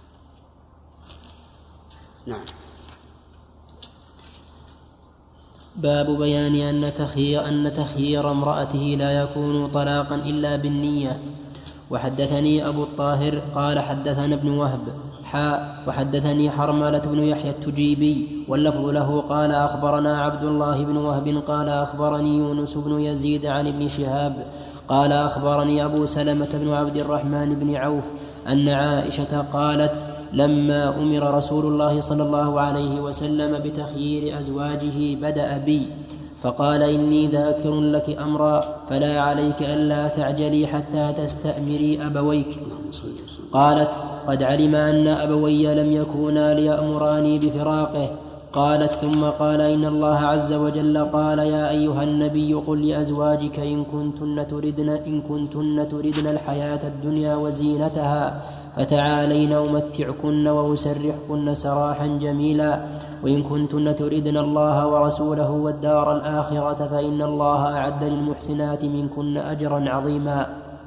Speaker 1: نعم.
Speaker 2: باب بيان أن تخيير, أن تخيير امرأته لا يكون طلاقا إلا بالنية. وحدثني أبو الطاهر قال حدثنا ابن وهب حاء وحدثني حرملة بن يحيى التجيبي واللفظ له قال أخبرنا عبد الله بن وهب قال أخبرني يونس بن يزيد عن ابن شهاب قال أخبرني أبو سلمة بن عبد الرحمن بن عوف أن عائشة قالت لما أمر رسول الله صلى الله عليه وسلم بتخيير أزواجه بدأ بي فقال إني ذاكر لك أمرا فلا عليك ألا تعجلي حتى تستأمري أبويك. قالت قد علم أن أبوي لم يكونا ليأمراني بفراقه. قالت ثم قال إن الله عز وجل قال يا أيها النبي قل لأزواجك إن كنتن تردن, إن كنتن تردن الحياة الدنيا وزينتها فتعالين أمتعكن وأسرحكن سراحا جميلا وإن كنتن تردن الله ورسوله والدار الآخرة فإن الله أعد للمحسنات منكن أجرا عظيما.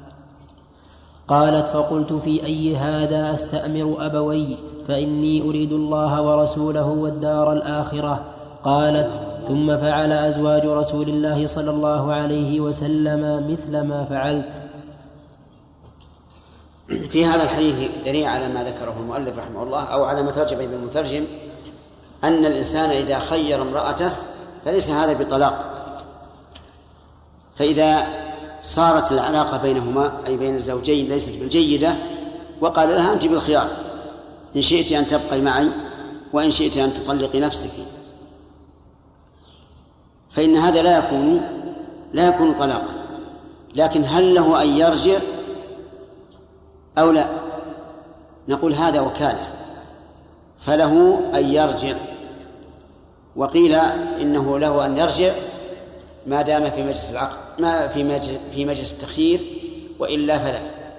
Speaker 2: قالت فقلت في أي هذا أستأمر أبوي فإني أريد الله ورسوله والدار الآخرة. قالت ثم فعل أزواج رسول الله صلى الله عليه وسلم مثل ما فعلت.
Speaker 1: في هذا الحديث دليل على ما ذكره المؤلف رحمه الله أو على ما ترجم به المترجم أن الإنسان إذا خير امرأته فليس هذا بطلاق. فإذا صارت العلاقة بينهما أي بين الزوجين ليست بالجيدة وقال لها أنت بالخيار إن شئت أن تبقي معي وإن شئت أن تطلقي نفسك فإن هذا لا يكون لا يكون طلاقا. لكن هل له أن يرجع أو لا؟ نقول هذا وكالة فله أن يرجع. وقيل إنه له أن يرجع ما دام في مجلس العقد ما في مجلس في مجلس التخيير وإلا فلا.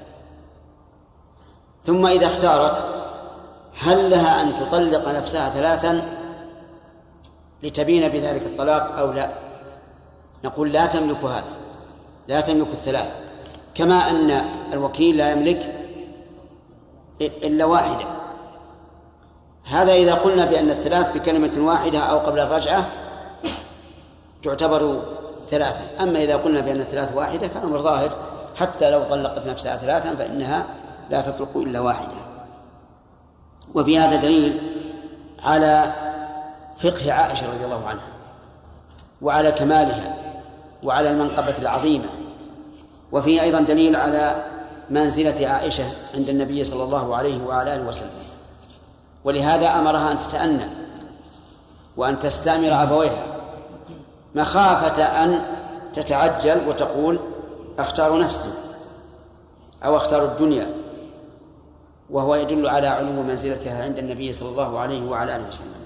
Speaker 1: ثم إذا اختارت هل لها أن تطلق نفسها ثلاثا لتبين بذلك الطلاق أو لا؟ نقول لا تملك هذا لا تملك الثلاث كما أن الوكيل لا يملك إلا واحدة. هذا إذا قلنا بأن الثلاث بكلمة واحدة أو قبل الرجعة تعتبر ثلاثا. أما إذا قلنا بأن الثلاث واحدة فالأمر ظاهر حتى لو طلقت نفسها ثلاثا فإنها لا تطلق إلا واحدة. وفي هذا دليل على فقه عائشة رضي الله عنها وعلى كمالها وعلى المنقبة العظيمة. وفيه أيضا دليل على منزلة عائشة عند النبي صلى الله عليه وعلى آله وسلم. ولهذا أمرها أن تتأنى وأن تستأمر أبويها مخافة أن تتعجل وتقول أختار نفسي أو أختار الدنيا، وهو يدل على علو منزلتها عند النبي صلى الله عليه وعلى آله وسلم.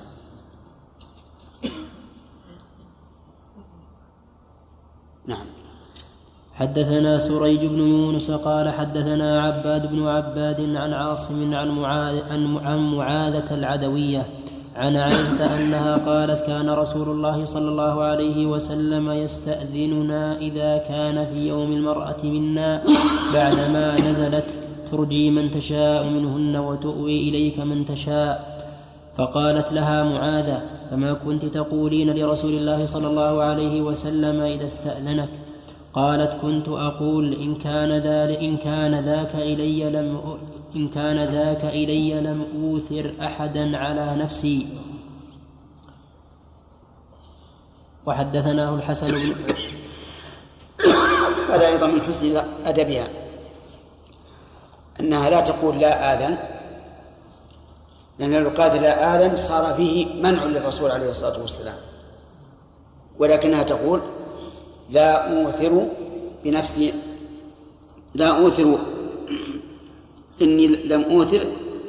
Speaker 1: نعم.
Speaker 2: حدثنا سريج بن يونس قال حدثنا عباد بن عباد عن عاصم عن معاذ عن معاذة العدوية عن عائشة أنها قالت كان رسول الله صلى الله عليه وسلم يستأذننا إذا كان في يوم المرأة منا بعدما نزلت ترجي من تشاء منهن وتؤوي إليك من تشاء. فقالت لها معاذة فما كنت تقولين لرسول الله صلى الله عليه وسلم إذا استأذنك؟ قالت كنت أقول إن كان ذلك إن كان ذاك إلي لم إن كان ذاك إلي لم أوثر أحدا على نفسي. وحدثناه الحسن بن
Speaker 1: هذا أيضا من حسن أدبها أنها لا تقول لا آذن، لأن لو قالت لا آذن صار فيه منع للرسول عليه الصلاة والسلام، ولكنها تقول لا أوثر بنفسي لا أوثر إني لم أوثر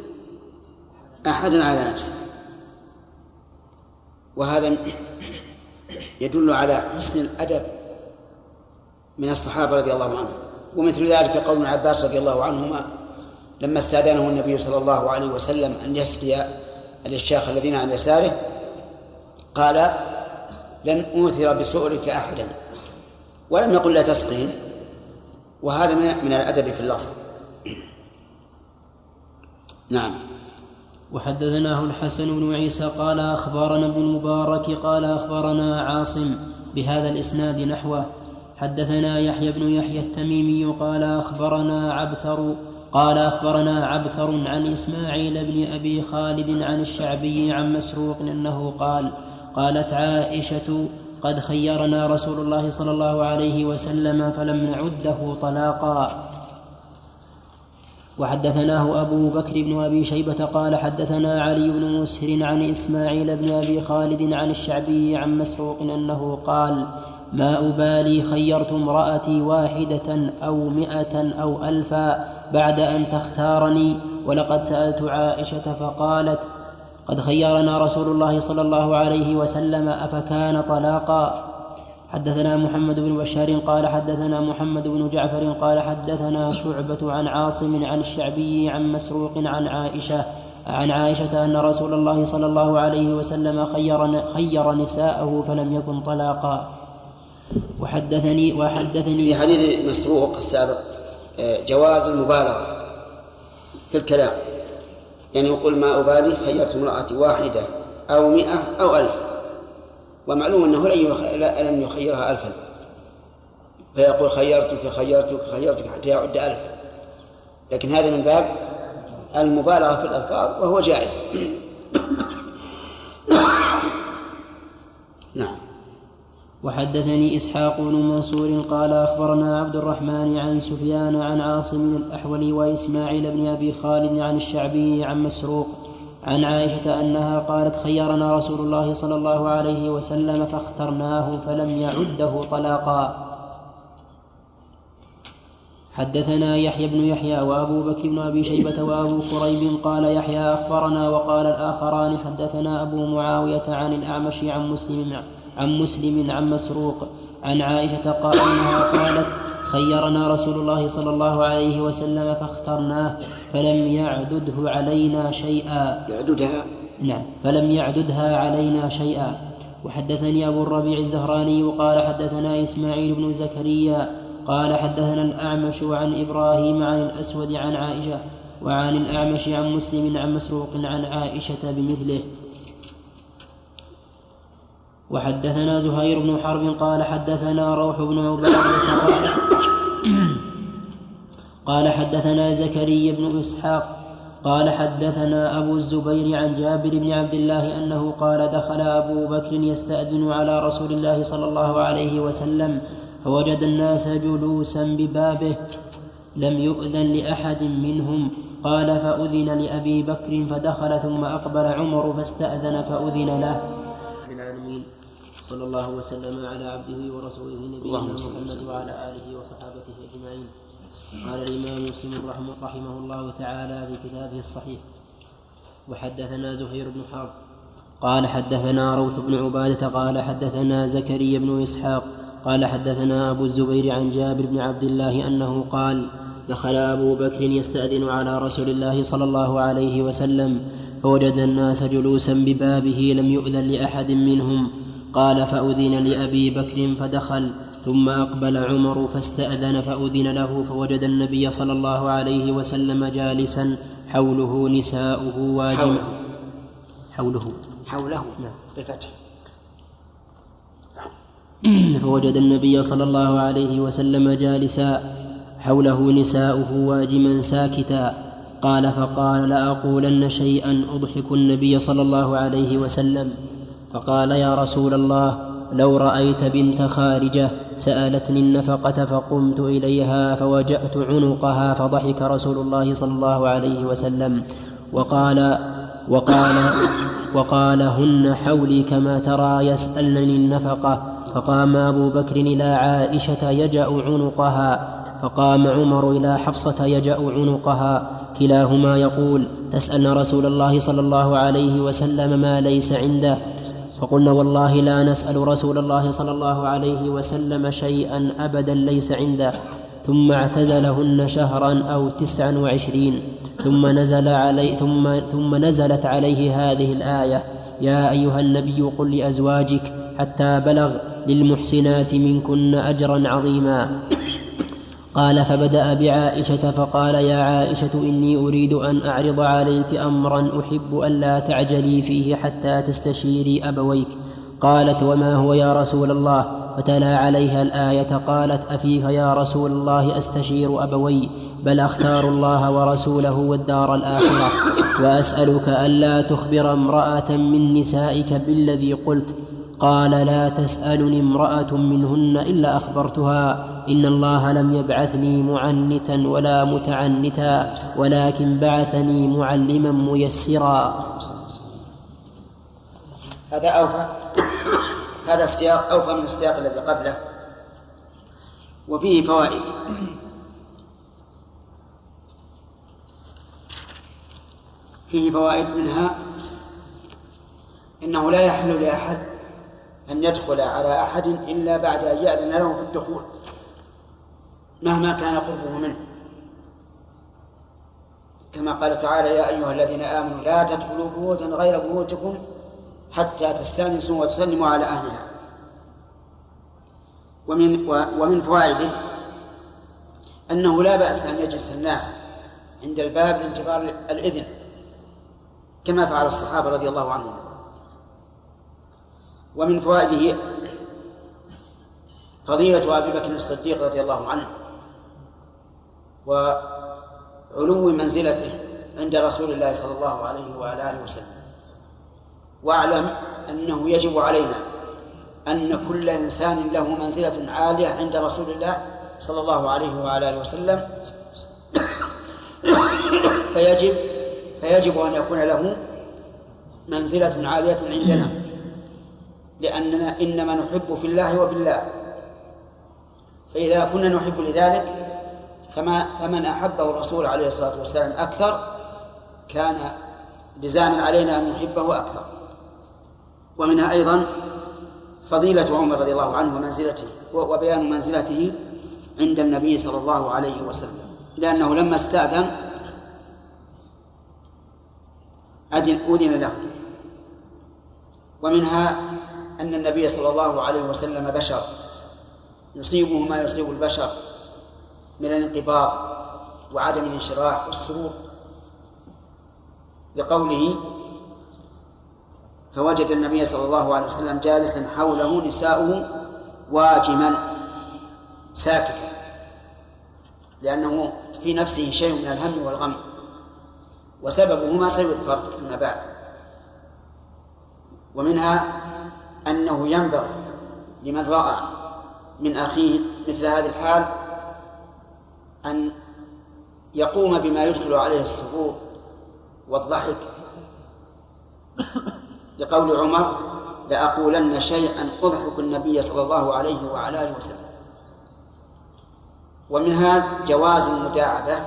Speaker 1: أحدا على نفسي. وهذا يدل على حسن الأدب من الصحابة رضي الله عنهم. ومثل ذلك قول ابن عباس رضي الله عنهما لما استأذنه النبي صلى الله عليه وسلم أن يسقي الأشياخ الذين عن يساره قال لن أوثر بسؤرك أحدا، ولم يقل لا تسقهم. وهذا من الأدب في اللفظ. نعم.
Speaker 2: وحدثناه الحسن بن عيسى قال أخبرنا ابن المبارك قال أخبرنا عاصم بهذا الإسناد نحوه. حدثنا يحيى بن يحيى التميمي قال أخبرنا عبثر قال أخبرنا عبثر عن إسماعيل بن أبي خالد عن الشعبي عن مسروق أنه قال قالت عائشة قد خيرنا رسول الله صلى الله عليه وسلم فلم نعده طلاقا. وحدثناه أبو بكر بن أبي شيبة قال حدثنا علي بن مسهر عن إسماعيل بن أبي خالد عن الشعبي عن مسروق أنه قال ما أبالي خيرت امرأتي واحدة أو مئة أو ألفا بعد أن تختارني، ولقد سألت عائشة فقالت قد خيرنا رسول الله صلى الله عليه وسلم أفكان طلاقا. حدثنا محمد بن بشار قال حدثنا محمد بن جعفر قال حدثنا شعبة عن عاصم عن الشعبي عن مسروق عن عائشة عن عائشة أن رسول الله صلى الله عليه وسلم خير, خير نساءه فلم يكن طلاقا. وحدثني وحدثني
Speaker 1: في حديث مسروق السابق جواز المبالغة في الكلام، يعني يقول ما أبالي خيرت امرأتي واحدة أو مئة أو ألف، ومعلوم أنه لن يخيرها ألفا، فيقول خيرتك خيرتك خيرتك حتى يعد ألف، لكن هذا من باب المبالغة في الألفاظ وهو جائز. نعم.
Speaker 2: وحدثني إسحاق بن منصور قال أخبرنا عبد الرحمن عن سفيان عن عاصم الأحول وإسماعيل بن أبي خالد عن الشعبي عن مسروق عن عائشة أنها قالت خيرنا رسول الله صلى الله عليه وسلم فاخترناه فلم يعده طلاقا. حدثنا يحيى بن يحيى وأبو بكر بن أبي شيبة وأبو كريب قال يحيى أخبرنا وقال الآخران حدثنا أبو معاوية عن الأعمش عن مسلم عن مسلم عن مسروق عن عائشة قال أنها قالت خيرنا رسول الله صلى الله عليه وسلم فاخترناه فلم يعدده علينا شيئا.
Speaker 1: يعددها
Speaker 2: نعم فلم يعددها علينا شيئا. وحدثني أبو الربيع الزهراني قال حدثنا إسماعيل بن زكريا قال حدثنا الأعمش عن إبراهيم عن الأسود عن عائشة وعن الأعمش عن مسلم عن مسروق عن عائشة بمثله. وحدثنا زهير بن حرب قال حدثنا روح بن عبادة قال, قال حدثنا زكريا بن إسحاق قال حدثنا أبو الزبير عن جابر بن عبد الله أنه قال دخل أبو بكر يستأذن على رسول الله صلى الله عليه وسلم فوجد الناس جلوسا ببابه لم يؤذن لأحد منهم، قال فأذن لأبي بكر فدخل ثم أقبل عمر فاستأذن فأذن له. العالمين صلى الله وسلم على عبده ورسوله نبينا محمد وعلى آله وصحابته أجمعين. قال الإمام مسلم رحمه الله تعالى في كتابه الصحيح وحدثنا زهير بن حرب قال حدثنا روح بن عبادة قال حدثنا زكريا بن إسحاق قال حدثنا أبو الزبير عن جابر بن عبد الله أنه قال دخل أبو بكر يستأذن على رسول الله صلى الله عليه وسلم فوجد الناس جلوسا ببابه لم يؤذن لأحد منهم، قال فأذن لأبي بكر فدخل ثم أقبل عمر فاستأذن فأذن له فوجد النبي صلى الله عليه وسلم جالسا حوله نساؤه واجمع حوله
Speaker 1: حوله بفتح
Speaker 2: فوجد النبي صلى الله عليه وسلم جالسا حوله نساؤه واجما ساكتا، قال فقال لأقولن شيئا أضحك النبي صلى الله عليه وسلم، فقال يا رسول الله لو رأيت بنت خارجة سألتني النفقة فقمت إليها فوجأت عنقها فضحك رسول الله صلى الله عليه وسلم وقال وقال وقال هن حولي كما ترى يسألني النفقة، فقام أبو بكر إلى عائشة يجأ عنقها فقام عمر إلى حفصة يجأ عنقها كلاهما يقول تسألن رسول الله صلى الله عليه وسلم ما ليس عنده، فقلنا والله لا نسأل رسول الله صلى الله عليه وسلم شيئا أبدا ليس عنده. ثم اعتزلهن شهرا أو تسعا وعشرين ثم, نزل علي ثم, ثم نزلت عليه هذه الآية يا أيها النبي قل لأزواجك حتى بلغ للمحسنات منكن أجرا عظيما. قال فبدأ بعائشة فقال يا عائشة إني أريد أن أعرض عليك أمرا أحب أن لا تعجلي فيه حتى تستشيري أبويك. قالت وما هو يا رسول الله؟ فتلا عليها الآية قالت أفيك يا رسول الله أستشير أبوي بل أختار الله ورسوله والدار الآخرة وأسألك ألا تخبر امرأة من نسائك بالذي قلت. قال لا تسألني امرأة منهن إلا أخبرتها إن الله لم يبعثني معنتا ولا متعنتا ولكن بعثني معلما ميسرا.
Speaker 1: هذا أوفى هذا السياق أوفى من السياق الذي قبله وفيه فوائد. فيه فوائد منها إنه لا يحل لأحد أن يدخل على أحد إلا بعد أن يأذن له في الدخول مهما كان قربه منه، كما قال تعالى يا أيها الذين آمنوا لا تدخلوا بيوتا غير بيوتكم حتى تستأنسوا وتسلموا على أهلها. ومن, ومن فوائده أنه لا بأس أن يجلس الناس عند الباب لانتظار الإذن كما فعل الصحابة رضي الله عنهم. ومن فوائده فضيلة أبي بكر الصديق رضي الله عنه وعلو منزلته عند رسول الله صلى الله عليه وعلى آله وسلم. واعلم أنه يجب علينا أن كل إنسان له منزلة عالية عند رسول الله صلى الله عليه وعلى آله وسلم فيجب فيجب أن يكون له منزلة عالية عندنا، لأننا إنما نحب في الله وبالله، فإذا كنا نحب لذلك فما فمن أحبه الرسول عليه الصلاة والسلام أكثر كان لزاما علينا أن نحبه أكثر. ومنها أيضا فضيلة عمر رضي الله عنه ومنزلته وبيان منزلته عند النبي صلى الله عليه وسلم، لأنه لما استأذن أذن له. ومنها أن النبي صلى الله عليه وسلم بشر يصيبه ما يصيب البشر من الانقباض وعدم الانشراح والسرور، لقوله فوجد النبي صلى الله عليه وسلم جالسا حوله نساؤه واجما ساكتا، لأنه في نفسه شيء من الهم والغم وسببه ما سيذكر فيما بعد. ومنها أنه ينبغي لمن رأى من أخيه مثل هذه الحال أن يقوم بما يدخل عليه السرور والضحك، لقول عمر لأقولن شيئا أضحك النبي صلى الله عليه وعلى آله وسلم. ومنها جواز المداعبة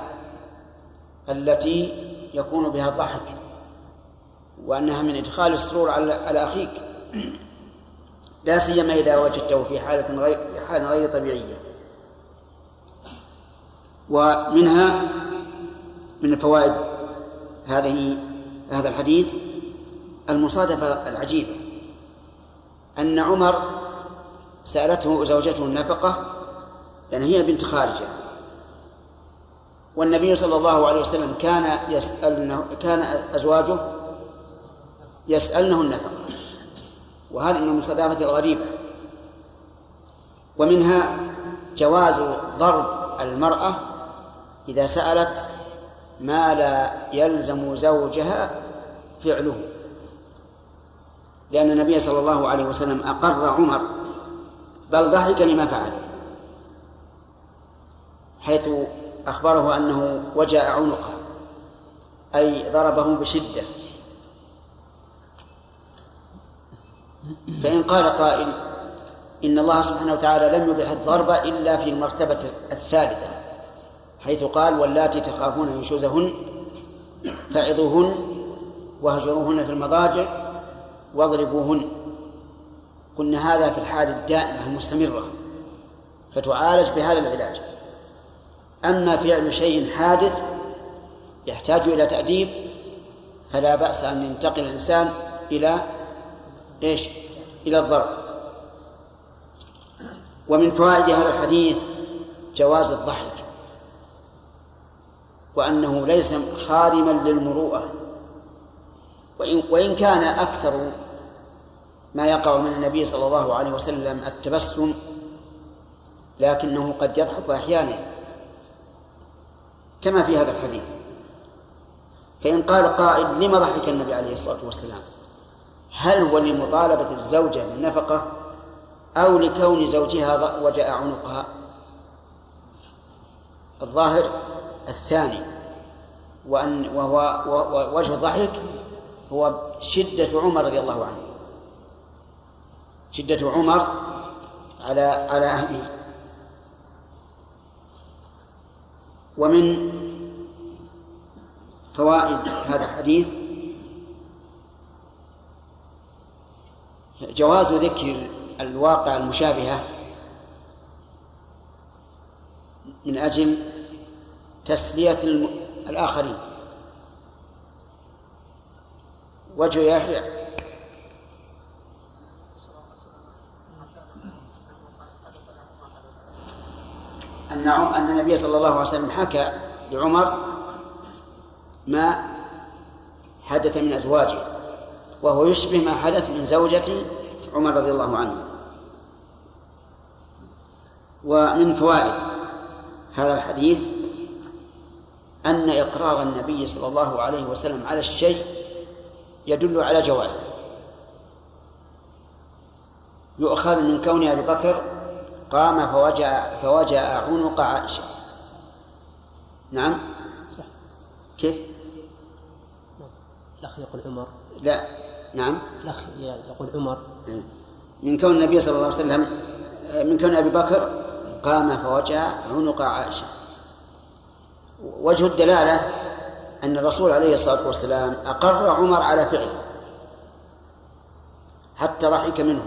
Speaker 1: التي يكون بها الضحك، وأنها من إدخال السرور على أخيك، لا سيما إذا وجدته في حالة غير, في حالة غير طبيعية. ومنها من الفوائد هذه هذا الحديث المصادفة العجيبة، أن عمر سألته زوجته النفقة لأن هي بنت خارجة، والنبي صلى الله عليه وسلم كان يسألنه كان أزواجه يسألنه النفقة، وهذا من المصادفة الغريبة. ومنها جواز ضرب المرأة إذا سألت ما لا يلزم زوجها فعله، لأن النبي صلى الله عليه وسلم أقر عمر بل ضحك لما فعل، حيث أخبره أنه وجاء عنقه أي ضربه بشدة. فإن قال قائل إن الله سبحانه وتعالى لم يبح الضرب إلا في المرتبة الثالثة، حيث قال واللاتي تخافون نشوزهن فعظوهن واهجروهن في المضاجع واضربوهن، قلنا هذا في الحال الدائمة المستمرة فتعالج بهذا العلاج. أما فعل شيء حادث يحتاج إلى تأديب فلا بأس أن ينتقل الإنسان إلى إيش؟ إلى الضرب. ومن فوائد هذا الحديث جواز الضحك، وأنه ليس خارما للمروءة، وإن, وإن كان أكثر ما يقع من النبي صلى الله عليه وسلم التبسم، لكنه قد يضحك أحيانا كما في هذا الحديث. فإن قال قائل لما ضحك النبي عليه الصلاة والسلام؟ هل هو لمطالبة الزوجة بالنفقة أو لكون زوجها وجاء عنقها؟ الظاهر الثاني، وأن وهو وجه الضحك هو شدة عمر رضي الله عنه، شدة عمر على على أهله. ومن فوائد هذا الحديث جواز ذكر الواقع المشابهة من أجل تسلية الآخرين. وجه يحيى أن أن النبي صلى الله عليه وسلم حكى لعمر ما حدث من أزواجه، وهو يشبه ما حدث من زوجة عمر رضي الله عنه. ومن فوائد هذا الحديث أن إقرار النبي صلى الله عليه وسلم على الشيء يدل على جوازه. يؤخذ من كون أبي بكر قام فوجأ, فوجأ عنق عائشة. نعم
Speaker 2: صح.
Speaker 1: كيف؟
Speaker 2: الأخ يقول عمر.
Speaker 1: لا نعم
Speaker 2: الأخ يقول عمر.
Speaker 1: من كون النبي صلى الله عليه وسلم من كون أبي بكر قام فوجأ عنق عائشة. وجه الدلالة أن الرسول عليه الصلاة والسلام أقر عمر على فعله حتى ضحك منه.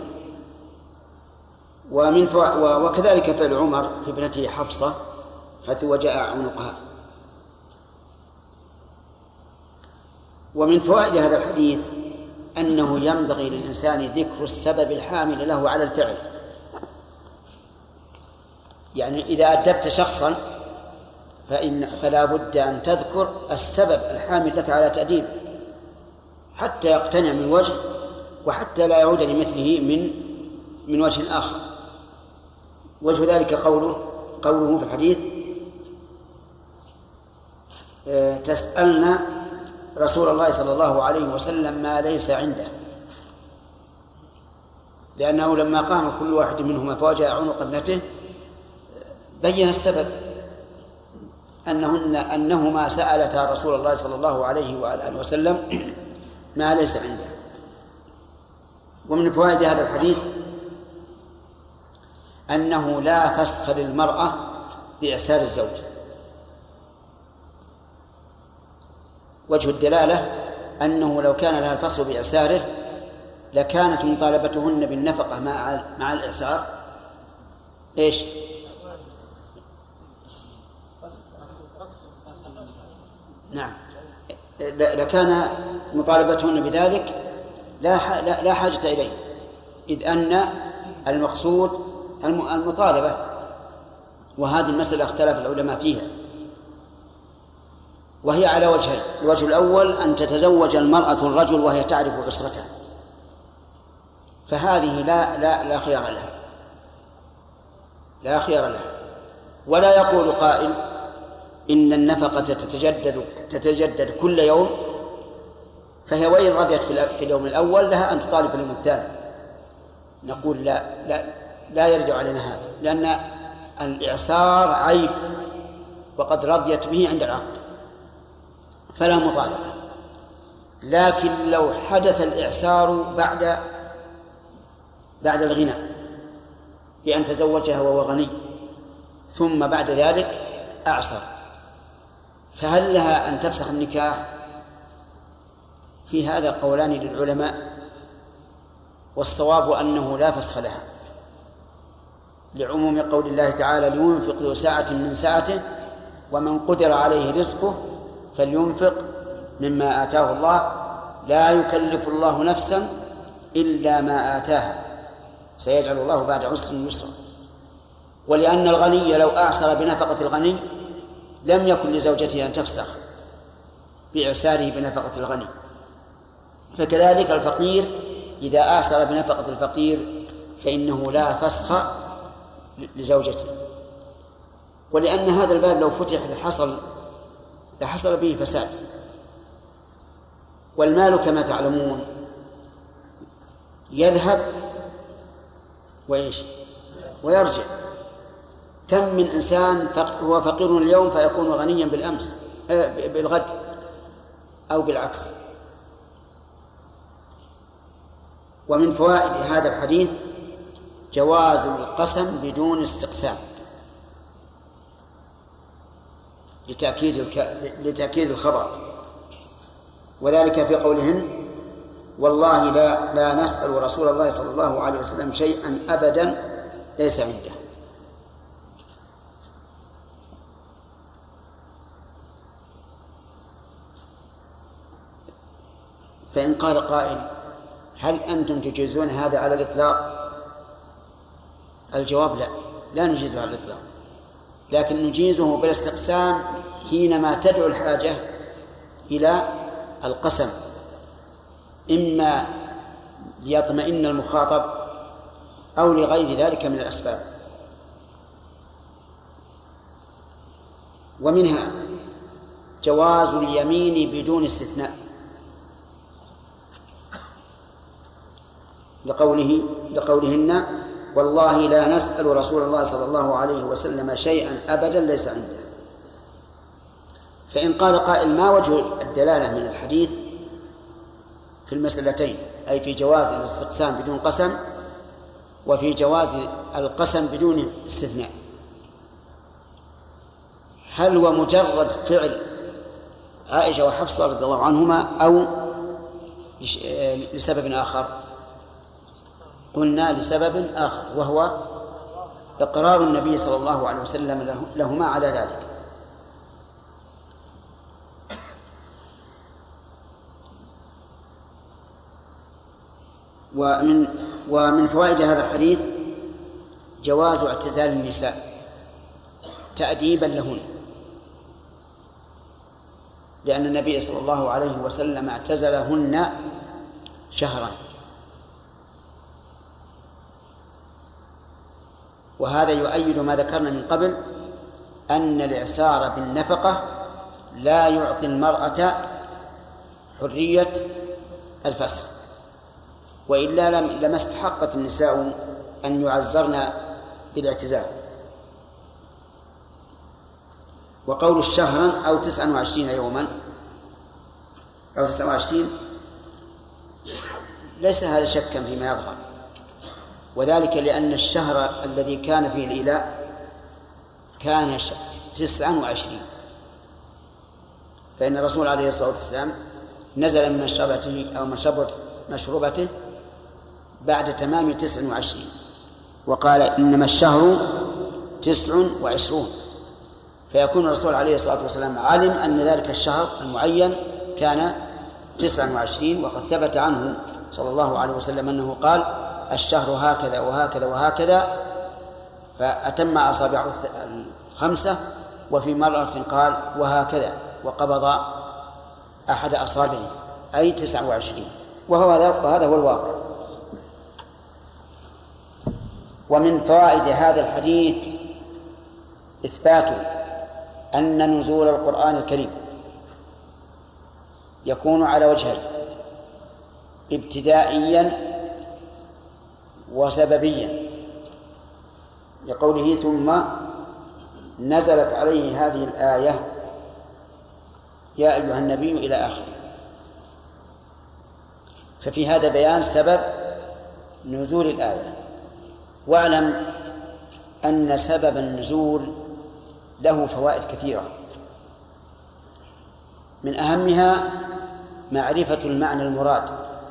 Speaker 1: ومن فو... وكذلك فعل عمر في ابنته حفصة حيث وجاء عنقها. ومن فوائد هذا الحديث أنه ينبغي للإنسان ذكر السبب الحامل له على الفعل. يعني إذا أدبت شخصا فإن فلا بد أن تذكر السبب الحامل لك على تأديب حتى يقتنع من وجه، وحتى لا يعود لمثله من من وجه آخر. وجه ذلك قوله قوله في الحديث تسألنا رسول الله صلى الله عليه وسلم ما ليس عنده، لأنه لما قام كل واحد منهما فوجأ عنق ابنته بين السبب أنهن أنهما سألتا رسول الله صلى الله عليه وآله وسلم ما ليس عنده. ومن فوائد هذا الحديث أنه لا فسخ للمرأة بإعسار الزوج. وجه الدلالة أنه لو كان لها الفصل بإعساره لكانت مطالبتهن بالنفقة مع مع الإعسار إيش؟ نعم، لكان مطالبتهن بذلك لا لا حاجة إليه، إذ أن المقصود المطالبة. وهذه المسألة اختلف العلماء فيها، وهي على وجهين. الوجه الأول أن تتزوج المرأة الرجل وهي تعرف عسرته، فهذه لا لا لا خيار لها، لا خيار لها. ولا يقول قائل إن النفقة تتجدد تتجدد كل يوم، فهي وإن رضيت في اليوم الأول لها أن تطالب في اليوم الثاني. نقول لا لا لا يرجع علينا هذا، لأن الإعسار عيب وقد رضيت به عند العقد فلا مطالبة. لكن لو حدث الإعسار بعد بعد الغنى بأن تزوجها وهو غني ثم بعد ذلك أعسر، فهل لها أن تفسخ النكاح؟ في هذا قولان للعلماء، والصواب أنه لا فسخ لها لعموم قول الله تعالى لينفق ذو سعة من سعته ومن قدر عليه رزقه فلينفق مما آتاه الله لا يكلف الله نفسا إلا ما آتاها سيجعل الله بعد عسر يسرا. ولأن الغني لو أعسر بنفقة الغني لم يكن لزوجته أن تفسخ بإعساره بنفقة الغني، فكذلك الفقير إذا أعسر بنفقة الفقير فإنه لا فسخ لزوجته. ولأن هذا الباب لو فتح لحصل لحصل به فساد. والمال كما تعلمون يذهب وإيش ويرجع. كم من إنسان هو فقير اليوم فيكون غنيا بالأمس بالغد أو بالعكس. ومن فوائد هذا الحديث جواز القسم بدون استقسام لتأكيد الك... لتأكيد الخبر، وذلك في قولهن والله لا لا نسأل رسول الله صلى الله عليه وسلم شيئا أبدا ليس عنده. فإن قال قائل هل أنتم تجيزون هذا على الإطلاق؟ الجواب لا، لا نجيزه على الإطلاق، لكن نجيزه بالاستقسام حينما تدعو الحاجة إلى القسم، إما ليطمئن المخاطب أو لغير ذلك من الأسباب. ومنها جواز اليمين بدون استثناء لقوله لقولهن والله لا نسأل رسول الله صلى الله عليه وسلم شيئا أبدا ليس عنده. فإن قال قائل ما وجه الدلالة من الحديث في المسألتين، أي في جواز الاستقسام بدون قسم وفي جواز القسم بدون استثناء؟ هل هو مجرد فعل عائشة وحفصة رضي الله عنهما أو لسبب آخر؟ قلنا لسبب آخر، وهو إقرار النبي صلى الله عليه وسلم لهما على ذلك. ومن ومن فوائد هذا الحديث جواز اعتزال النساء تأديبا لهن، لأن النبي صلى الله عليه وسلم اعتزلهن شهرا، وهذا يؤيد ما ذكرنا من قبل أن الإعسار بالنفقة لا يعطي المرأة حرية الفسخ، وإلا لما استحقت النساء أن يعزرن بالاعتزال. وقول الشهرا أو تسعة وعشرين يوما أو تسعة وعشرين ليس هذا شكا فيما يظهر، وذلك لأن الشهر الذي كان فيه الإيلاء كان تسعة وعشرين، فإن الرسول عليه الصلاة والسلام نزل من مشربته أو مشربة مشروبته بعد تمام تسع وعشرين، وقال إنما الشهر تسع وعشرون، فيكون الرسول عليه الصلاة والسلام علم أن ذلك الشهر المعين كان تسع وعشرين، وقد ثبت عنه صلى الله عليه وسلم أنه قال الشهر هكذا وهكذا وهكذا، فأتم أصابعه الخمسة، وفي مرة قال وهكذا وقبض أحد أصابعه أي تسع وعشرين، وهذا هو الواقع. ومن فوائد هذا الحديث إثبات أن نزول القرآن الكريم يكون على وجهين: ابتدائيا وسببيا، لقوله ثم نزلت عليه هذه الآية يا أيها النبي إلى آخره، ففي هذا بيان سبب نزول الآية. واعلم أن سبب النزول له فوائد كثيرة، من أهمها معرفة المعنى المراد.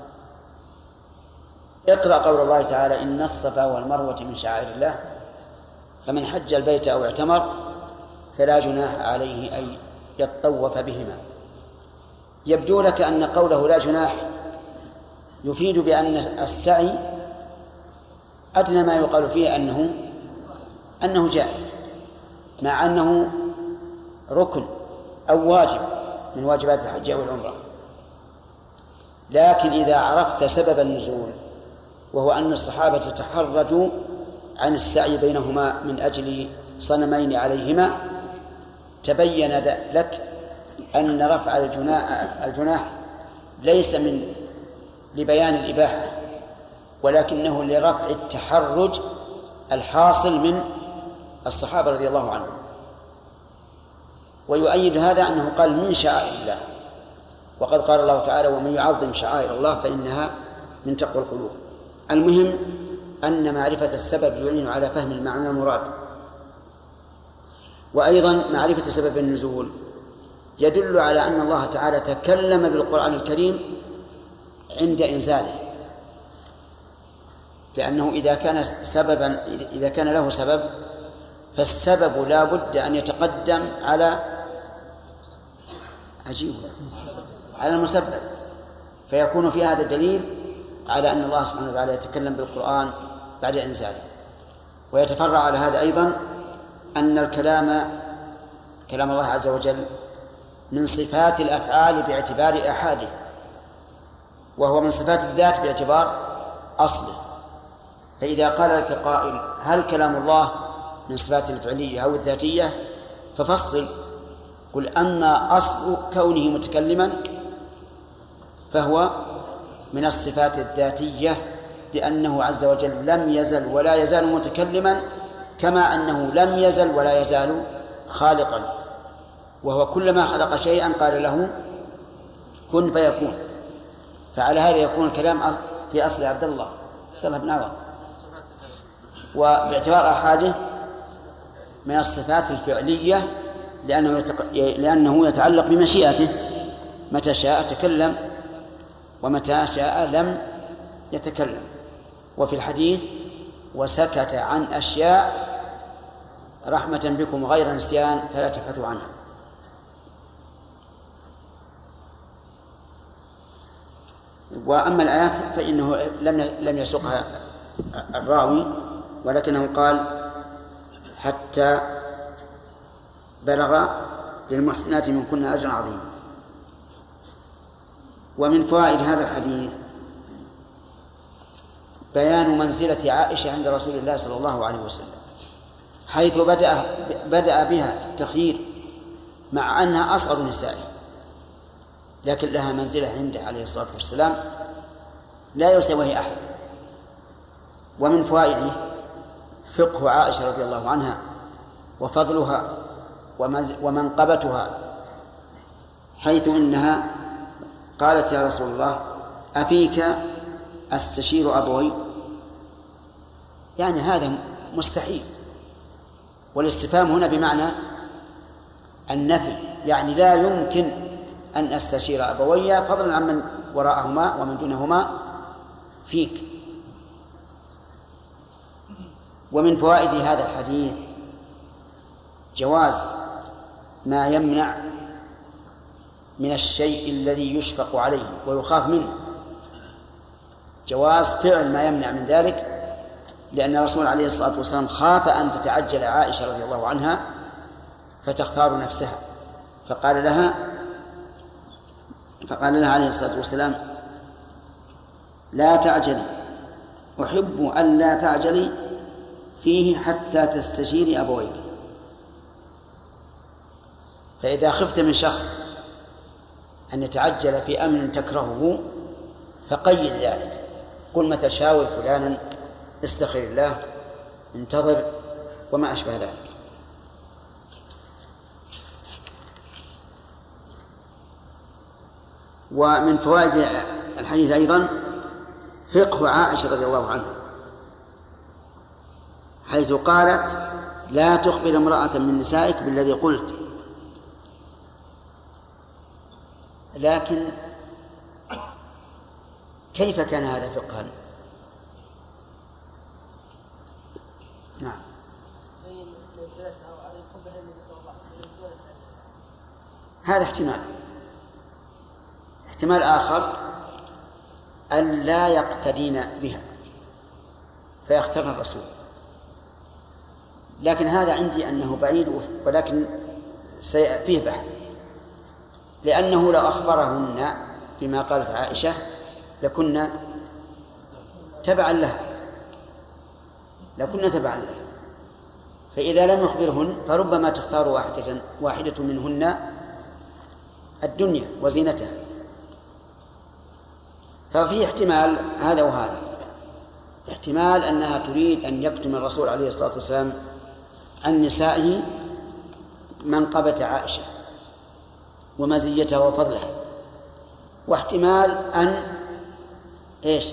Speaker 1: اقرأ قول الله تعالى إن الصفا والمروة من شعائر الله فمن حج البيت أو اعتمر فلا جناح عليه أن يطوف بهما. يبدو لك أن قوله لا جناح يفيد بأن السعي أدنى ما يقال فيه أنه أنه جائز مع أنه ركن أو واجب من واجبات الحج أو العمرة. لكن إذا عرفت سبب النزول وهو أن الصحابة تحرجوا عن السعي بينهما من أجل صنمين عليهما، تبين لك أن رفع الجناح ليس من لبيان الإباحة، ولكنه لرفع التحرج الحاصل من الصحابة رضي الله عنهم. ويؤيد هذا أنه قال من شعائر الله، وقد قال الله تعالى ومن يعظم شعائر الله فإنها من تقوى القلوب. المهم أن معرفة السبب يعين على فهم المعنى المراد. وأيضا معرفة سبب النزول يدل على أن الله تعالى تكلم بالقرآن الكريم عند إنزاله، لأنه إذا كان سببا إذا كان له سبب فالسبب لا بد أن يتقدم على عجيب على المسبب، فيكون في هذا دليل على أن الله سبحانه وتعالى يتكلم بالقرآن بعد إنزاله. ويتفرع على هذا أيضا أن الكلام كلام الله عز وجل من صفات الأفعال باعتبار أحاده، وهو من صفات الذات باعتبار أصله. فإذا قال لك قائل هل كلام الله من صفات الفعلية أو الذاتية ففصل، قل أما أصل كونه متكلما فهو من الصفات الذاتية، لأنه عز وجل لم يزل ولا يزال متكلما، كما أنه لم يزل ولا يزال خالقا، وهو كلما خلق شيئا قال له كن فيكون. فعلى هذا يكون الكلام في أصل عبد الله عبد الله بن عوض، وباعتبار أحاده من الصفات الفعلية لأنه, يتق... لأنه يتعلق بمشيئته، متى شاء تكلم ومتى شاء لم يتكلم. وفي الحديث وسكت عن أشياء رحمة بكم غير نسيان فلا تبحثوا عنها. وأما الآيات فإنه لم لم يسقها الراوي، ولكنه قال حتى بلغ للمحسنات منكن أجرا عظيما. ومن فوائد هذا الحديث بيان منزلة عائشة عند رسول الله صلى الله عليه وسلم، حيث بدأ بدأ بها التخيير مع أنها أصغر نسائه، لكن لها منزلة عنده عليه الصلاة والسلام لا يساويه أحد. ومن فوائده فقه عائشة رضي الله عنها وفضلها ومنقبتها، حيث إنها قالت يا رسول الله أفيك أستشير أبوي، يعني هذا مستحيل، والاستفهام هنا بمعنى النفي، يعني لا يمكن أن أستشير أبوي فضلا عن من وراءهما ومن دونهما فيك. ومن فوائد هذا الحديث جواز ما يمنع من الشيء الذي يشفق عليه ويخاف منه، جواز فعل ما يمنع من ذلك، لأن الرسول عليه الصلاة والسلام خاف أن تتعجل عائشة رضي الله عنها فتختار نفسها، فقال لها فقال لها عليه الصلاة والسلام لا تعجلي، أحب أن لا تعجلي فيه حتى تستشيري أبويك. فإذا خفت من شخص أن يتعجل في أمر تكرهه فقيد ذلك، قل مثل شاور فلانا، استخر الله، انتظر، وما أشبه ذلك. ومن فوائد الحديث أيضا فقه عائشة رضي الله عنها، حيث قالت لا تخبر امرأة من نسائك بالذي قلت. لكن كيف كان هذا فقها؟ نعم، هذا احتمال. احتمال آخر أن لا يقتدين بها فيختارن الرسول، لكن هذا عندي أنه بعيد، ولكن فيه بحث، لأنه لو أخبرهن بما قالت عائشة لكنا تبعا لها لكنا تبعا لها فإذا لم يخبرهن فربما تختار واحدة واحدة منهن الدنيا وزينتها. ففي احتمال هذا وهذا، احتمال أنها تريد أن يكتم الرسول عليه الصلاة والسلام عن نسائه منقبة عائشة ومزيتها وفضلها، واحتمال أن إيش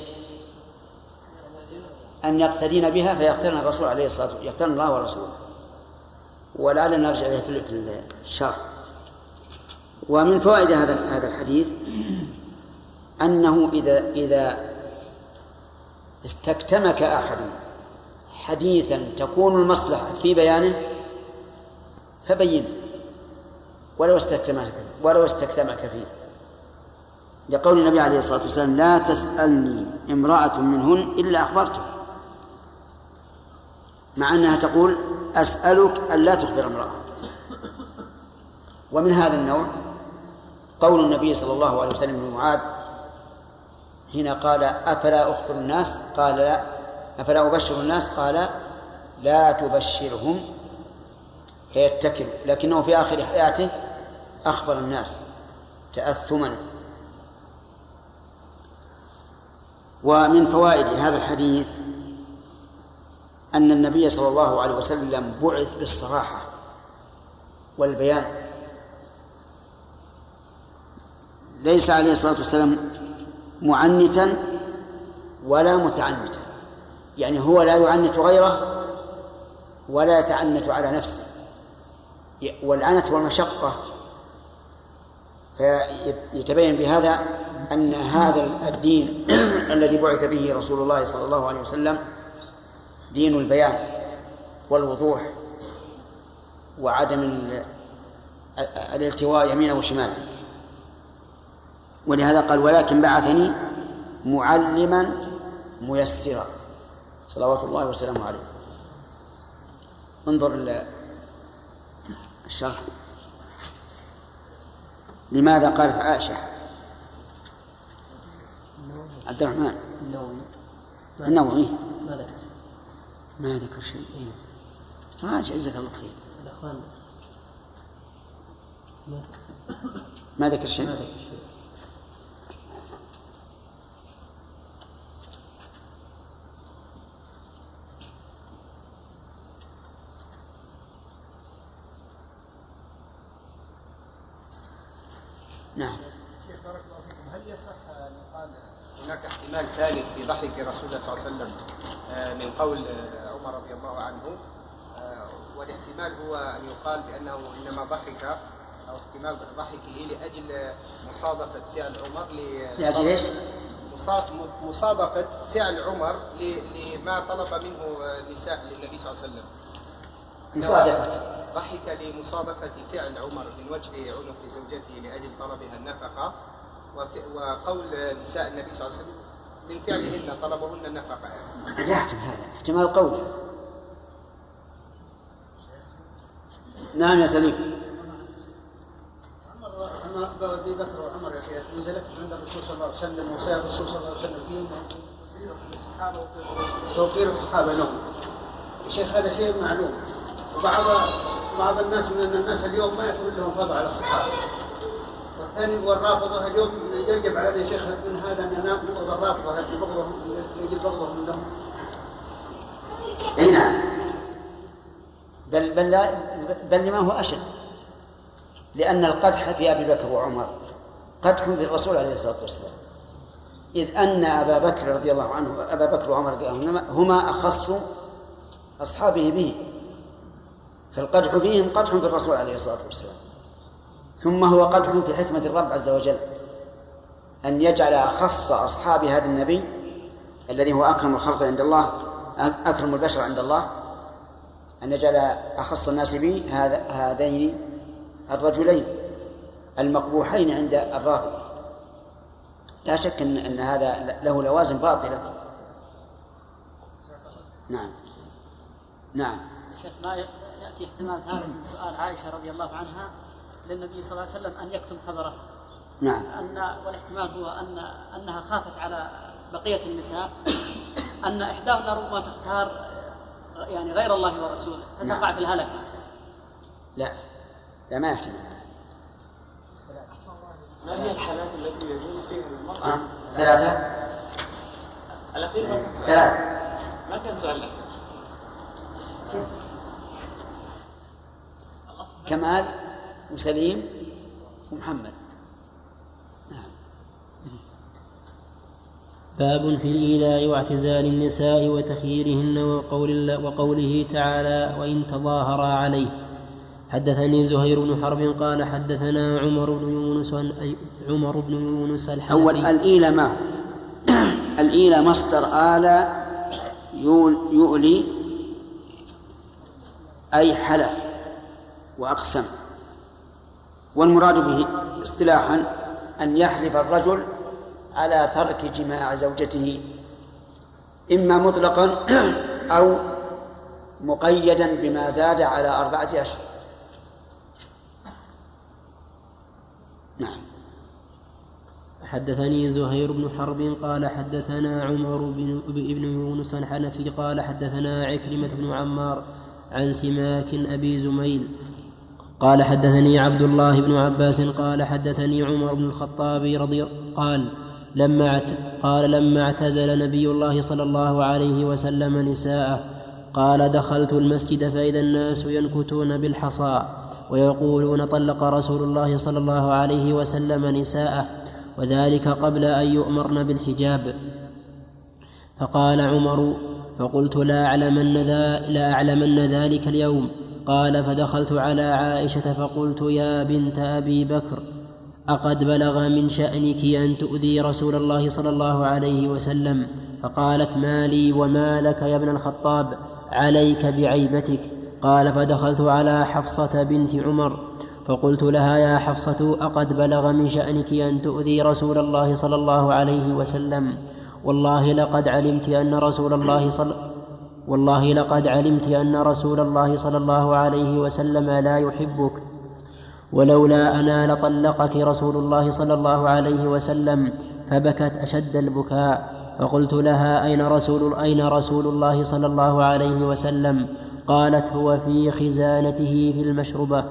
Speaker 1: أن يقتدين بها فيقترن الرسول عليه الصلاة والسلام، يقترن الله ورسوله. ولعل نرجع إليه في الشرح. ومن فوائد هذا هذا الحديث أنه إذا إذا استكتمك أحد حديثا تكون المصلحة في بيانه فبينه ولو استكتمك ولو استكتمك فيه، لقول النبي عليه الصلاة والسلام: لا تسألني امرأة منهن إلا أخبرته، مع أنها تقول: أسألك أن لا تخبر امرأة. ومن هذا النوع قول النبي صلى الله عليه وسلم لمعاذ حين قال: أفلا أخبر الناس؟ قال: لا. أفلا أبشر الناس؟ قال: لا تبشرهم فيتكلوا، لكنه في آخر حياته أخبر الناس تأثما. ومن فوائد هذا الحديث أن النبي صلى الله عليه وسلم بعث بالصراحة والبيان، ليس عليه الصلاة والسلام معنتا ولا متعنتا، يعني هو لا يعنت غيره ولا يتعنت على نفسه، والعنت والمشقة. فيتبين بهذا أن هذا الدين الذي بعث به رسول الله صلى الله عليه وسلم دين البيان والوضوح وعدم الالتواء يمينا وشمالا. ولهذا قال: ولكن بعثني معلما ميسرا، صلوات الله وسلامه عليه. انظر الشرح. لماذا قالت عائشة؟ عبد الرحمن النووي ما ذكر شيء. راجع جزاك الله خير. ما ذكر شيء. نعم.
Speaker 4: شيخ بارك الله فيكم، هل يصح أن يقال هناك احتمال ثالث في ضحك رسول الله صلى الله عليه وسلم من قول عمر رضي الله عنه، والاحتمال هو أن يقال بأنه إنما ضحك أو احتمال ضحكه لأجل مصادفة فعل عمر
Speaker 1: لأجل إيش؟
Speaker 4: مصادفة فعل عمر لما طلب منه نساء للنبي صلى الله عليه وسلم.
Speaker 1: مصادفة
Speaker 4: ضحك لمصادفة فعل عمر من وجه عنق زوجته لأجل طلبها النفقة، وقول نساء النبي صلى الله عليه وسلم من فعلهن طلبهن النفقة.
Speaker 1: لا يحتمل هذا، احتمال قول. نعم يا سليم.
Speaker 4: عمر أبي بكر وعمر يا شيخ نزلت عند الرسول صلى الله عليه وسلم وسائر الرسول صلى الله عليه وسلم فيهم توقير الصحابة لهم. شيخ هذا شيء معلوم، وبعض بعض الناس من الناس اليوم ما يكون لهم فضل على الصحابة، والثاني والرافضة اليوم يجب علينا يا شيخ من هذا أن نبغض الرافضة ببغضهم يجب بغضهم لهم.
Speaker 1: اي نعم، بل بل لا بل لما هو أشد، لأن القدح في أبي بكر وعمر قدح في الرسول عليه الصلاة والسلام، إذ أن أبا بكر رضي الله عنه أبا بكر وعمر رضي الله عنهما هما أخص أصحابه به، فالقدح فيهم قدح في الرسول عليه الصلاة والسلام. ثم هو قدح في حكمة الرب عز وجل أن يجعل أخص أصحاب هذا النبي الذي هو أكرم الخلق عند الله أكرم البشر عند الله، أن يجعل أخص الناس به هذين الرجلين المقبوحين عند الرافضة. لا شك أن, أن هذا له لوازم باطلة. نعم نعم
Speaker 6: شيخ ما يأتي احتمال ثالث من سؤال عائشة رضي الله عنها للنبي صلى الله عليه وسلم أن يكتم خبره.
Speaker 1: نعم.
Speaker 6: أن والاحتمال هو أن أنها خافت على بقية النساء أن إحداهن ربما تختار يعني غير الله ورسوله فتقع
Speaker 1: نعم.
Speaker 6: في الهلكة.
Speaker 1: لا لا ما يحتمل.
Speaker 5: ما هي الحالات التي يجوز فيها المرأة؟
Speaker 1: ثلاثة.
Speaker 5: الأخير ما كان سؤال.
Speaker 1: ثلاثة.
Speaker 5: ما كان سؤال لك.
Speaker 1: كمال وسليم ومحمد. نعم.
Speaker 2: باب في الإيلاء واعتزال النساء وتخييرهن وقول وقوله تعالى وإن تظاهرا عليه. حدثني زهير بن حرب قال حدثنا عمر بن يونس عمر بن يونس الحنفي.
Speaker 1: أول الإيلة ما الإيلة مصدر آل يؤلي أي حلف وأقسم، والمراد به اصطلاحا أن يحلف الرجل على ترك جماع زوجته إما مطلقا أو مقيدا بما زاد على أربعة أشهر. نعم.
Speaker 2: حدثني زهير بن حرب قال حدثنا عمر بن يونس الحنفي قال حدثنا عكرمة بن عمار عن سماك أبي زميل قال حدثني عبد الله بن عباس قال حدثني عمر بن الخطاب رضي قال لما قال لما اعتزل نبي الله صلى الله عليه وسلم نساءه قال دخلت المسجد فإذا الناس ينكتون بالحصى ويقولون طلق رسول الله صلى الله عليه وسلم نساءه وذلك قبل أن يؤمرن بالحجاب. فقال عمر فقلت لا أعلمن, ذا لا أعلمن ذلك اليوم. قال فدخلت على عائشة فقلت يا بنت أبي بكر أقد بلغ من شأنك أن تؤذي رسول الله صلى الله عليه وسلم؟ فقالت ما لي وما لك يا ابن الخطاب عليك بعيبتك. قال فدخلت على حفصة بنت عمر فقلت لها يا حفصة أقد بلغ من شأنك أن تؤذي رسول الله صلى الله عليه وسلم؟ والله لقد علمت أن رسول الله صلى والله لقد علمت أن رسول الله صلى الله عليه وسلم لا يحبك، ولولا أنا لطلقك رسول الله صلى الله عليه وسلم. فبكت أشد البكاء. فقلت لها أين رسول, أين رسول الله صلى الله عليه وسلم؟ قالت هو في خزانته في المشربة.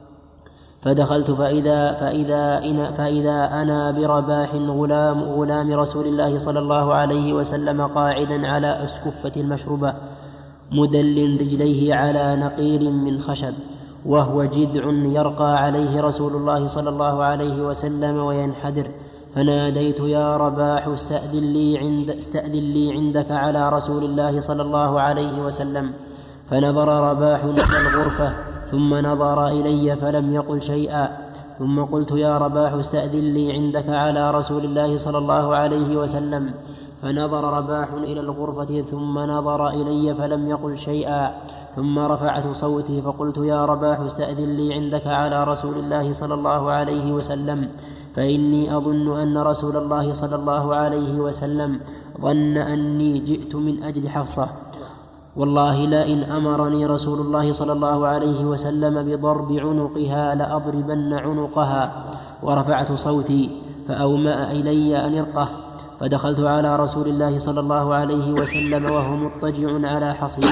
Speaker 2: فدخلت فإذا, فإذا, إن فإذا أنا برباح غلام, غلام رسول الله صلى الله عليه وسلم قاعدا على أسكفة المشربة مدل رجليه على نقير من خشب وهو جذع يرقى عليه رسول الله صلى الله عليه وسلم وينحدر. فناديت يا رباح استأذن لي, عند استأذن لي عندك على رسول الله صلى الله عليه وسلم. فنظر رباح إلى الغرفة ثم نظر إلي فلم يقل شيئا. ثم قلت يا رباح استأذن لي عندك على رسول الله صلى الله عليه وسلم. فنظر رباح إلى الغرفة ثم نظر إلي فلم يقل شيئا. ثم رفعت صوتي فقلت يا رباح استأذن لي عندك على رسول الله صلى الله عليه وسلم، فإني أظن أن رسول الله صلى الله عليه وسلم ظن أني جئت من أجل حفصة. والله لئن أمرني رسول الله صلى الله عليه وسلم بضرب عنقها لأضربن عنقها. ورفعت صوتي فأومأ إلي أن ارقه. فدخلت على رسول الله صلى الله عليه وسلم وهو مضطجع على حصير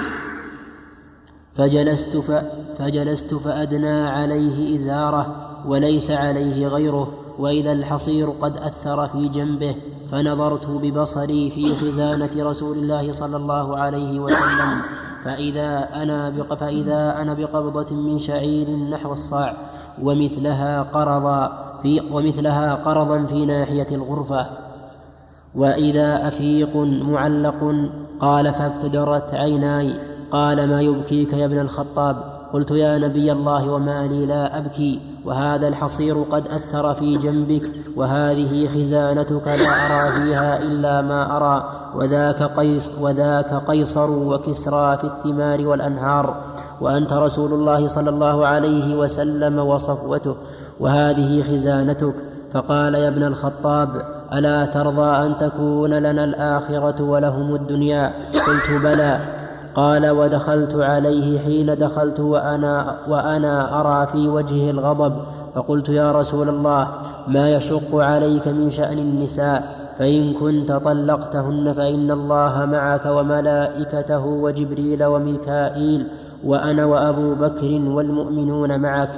Speaker 2: فجلست, ف... فجلست فأدنى عليه إزاره وليس عليه غيره، وإذا الحصير قد أثر في جنبه. فنظرت ببصري في خزانة رسول الله صلى الله عليه وسلم فإذا أنا, بق... فإذا أنا بقبضة من شعير نحو الصاع ومثلها قرضا في, ومثلها قرضا في ناحية الغرفة، وإذا أفيق معلق. قال فابتدرت عيناي. قال ما يبكيك يا ابن الخطاب؟ قلت يا نبي الله وما لي لا أبكي، وهذا الحصير قد أثر في جنبك، وهذه خزانتك لا أرى فيها إلا ما أرى، وذاك, قيص وذاك قيصر وكسرى في الثمار والأنهار، وأنت رسول الله صلى الله عليه وسلم وصفوته، وهذه خزانتك. فقال يا ابن الخطاب ألا ترضى أن تكون لنا الآخرة ولهم الدنيا؟ قلت بلى. قال: ودخلت عليه حين دخلت وأنا, وأنا أرى في وجهه الغضب، فقلت: يا رسول الله، ما يشق عليك من شأن النساء؟ فإن كنت طلقتهن فإن الله معك وملائكته وجبريل وميكائيل وأنا وأبو بكر والمؤمنون معك.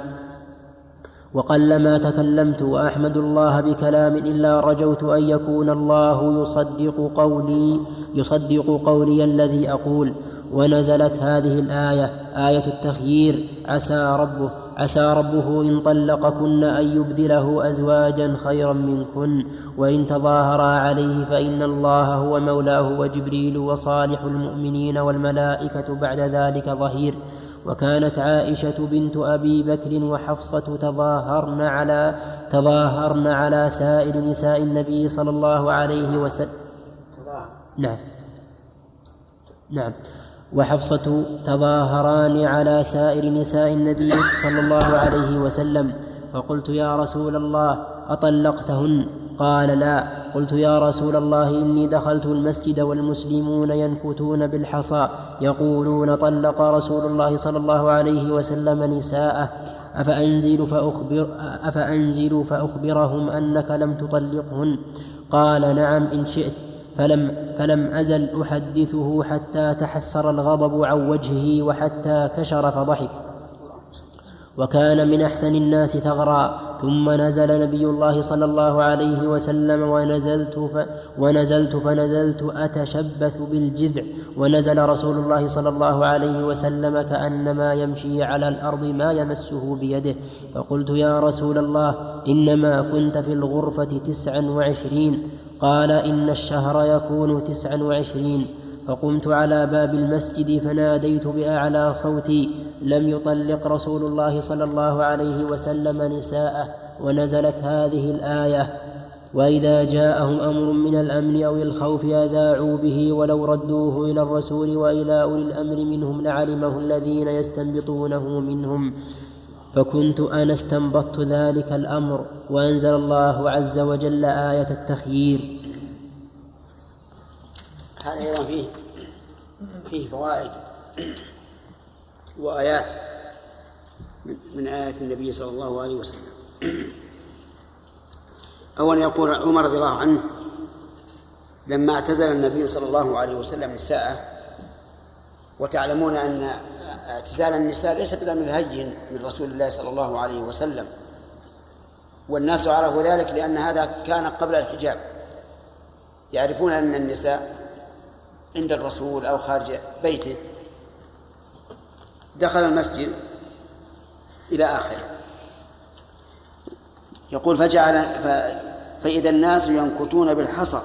Speaker 2: وقلما تكلمت وأحمد الله بكلام إلا رجوت أن يكون الله يصدق قولي, يصدق قولي الذي أقول. ونزلت هذه الآية، آية التخيير: عسى ربه, عسى ربه إن طلقكن أن يبدله أزواجا خيرا منكن، وإن تظاهرا عليه فإن الله هو مولاه وجبريل وصالح المؤمنين والملائكة بعد ذلك ظهير. وكانت عائشة بنت أبي بكر وحفصة تظاهرن على, تظاهرن على سائر نساء النبي صلى الله عليه وسلم. نعم نعم وحفصة تظاهران على سائر نساء النبي صلى الله عليه وسلم. فقلت: يا رسول الله، أطلقتهن؟ قال: لا. قلت: يا رسول الله، إني دخلت المسجد والمسلمون ينكتون بالحصى يقولون: طلق رسول الله صلى الله عليه وسلم نساءه، أفأنزل, فأخبر أفأنزل فأخبرهم أنك لم تطلقهن؟ قال: نعم إن شئت. فلم, فلم أزل أحدثه حتى تحسر الغضب عن وجهه وحتى كشر فضحك، وكان من أحسن الناس ثغرا. ثم نزل نبي الله صلى الله عليه وسلم ونزلت, ف... ونزلت فنزلت أتشبث بالجذع، ونزل رسول الله صلى الله عليه وسلم كأنما يمشي على الأرض ما يمسه بيده. فقلت: يا رسول الله، إنما كنت في الغرفة تسعا وعشرين. قال: إن الشهر يكون تسعا وعشرين. فقمت على باب المسجد فناديت بأعلى صوتي: لم يطلق رسول الله صلى الله عليه وسلم نساءه. ونزلت هذه الآية: وإذا جاءهم أمر من الأمن أو الخوف أذاعوا به ولو ردوه إلى الرسول وإلى أولي الأمر منهم لعلمه الذين يستنبطونه منهم. فكنت أنا استنبطت ذلك الأمر، وأنزل الله عز وجل آية التخيير.
Speaker 1: هذا أيضا فيه فيه فوائد وآيات من آيات النبي صلى الله عليه وسلم. أولا يقول عمر رضي الله عنه: لما اعتزل النبي صلى الله عليه وسلم نساءه، وتعلمون أن اعتزال النساء ليس بالأمر الهين من رسول الله صلى الله عليه وسلم، والناس عرفوا ذلك لأن هذا كان قبل الحجاب، يعرفون أن النساء عند الرسول أو خارج بيته. دخل المسجد إلى آخره. يقول: فجعل ف... فإذا الناس ينكتون بالحصى.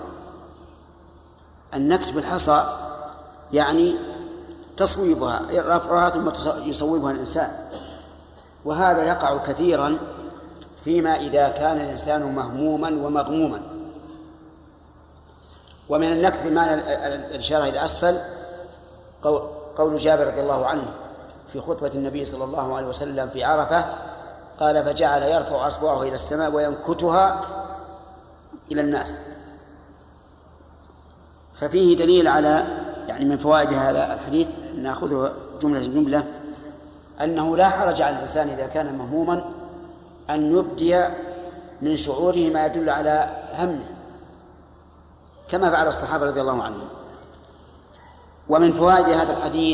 Speaker 1: النكت بالحصى يعني تصويبها، رفعها ثم يصوبها الإنسان، وهذا يقع كثيرا فيما إذا كان الإنسان مهموما ومغموما. ومن النكت بمعنى الإشارة إلى أسفل قول جابر رضي الله عنه في خطبة النبي صلى الله عليه وسلم في عرفة، قال: فجعل يرفع أصبعه إلى السماء وينكتها إلى الناس. ففيه دليل على، يعني من فوائد هذا الحديث، نأخذه جملة جملة، أنه لا حرج على الإنسان إذا كان مهموما أن يبدي من شعوره ما يدل على همه، كما فعل الصحابة رضي الله عنهم. ومن فوائد هذا الحديث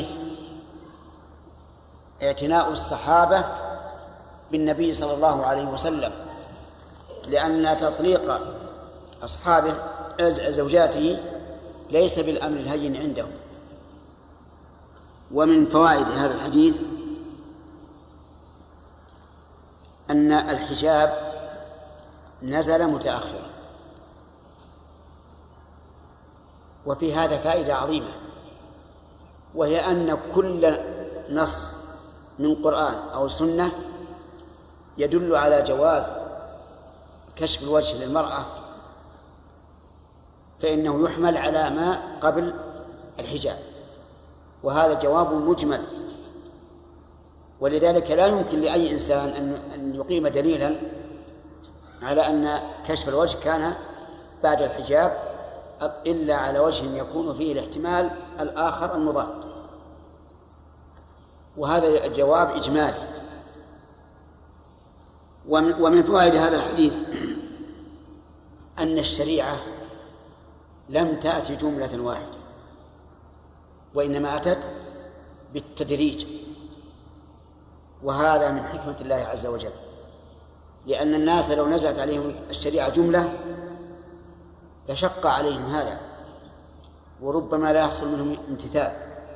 Speaker 1: اعتناء الصحابة بالنبي صلى الله عليه وسلم، لأن تطليق أصحابه زوجاته ليس بالأمر الهين عندهم. ومن فوائد هذا الحديث أن الحجاب نزل متأخرا، وفي هذا فائدة عظيمة، وهي أن كل نص من قرآن أو سنة يدل على جواز كشف الوجه للمرأة فإنه يحمل على ما قبل الحجاب، وهذا جواب مجمل. ولذلك لا يمكن لأي إنسان أن يقيم دليلا على أن كشف الوجه كان بعد الحجاب إلا على وجه يكون فيه الاحتمال الآخر المضاد. وهذا الجواب إجمالي. ومن فوائد هذا الحديث أن الشريعة لم تأتي جملة واحدة، وإنما أتت بالتدريج، وهذا من حكمة الله عز وجل، لأن الناس لو نزلت عليهم الشريعة جملة لشق عليهم هذا، وربما لا يحصل منهم امتثال.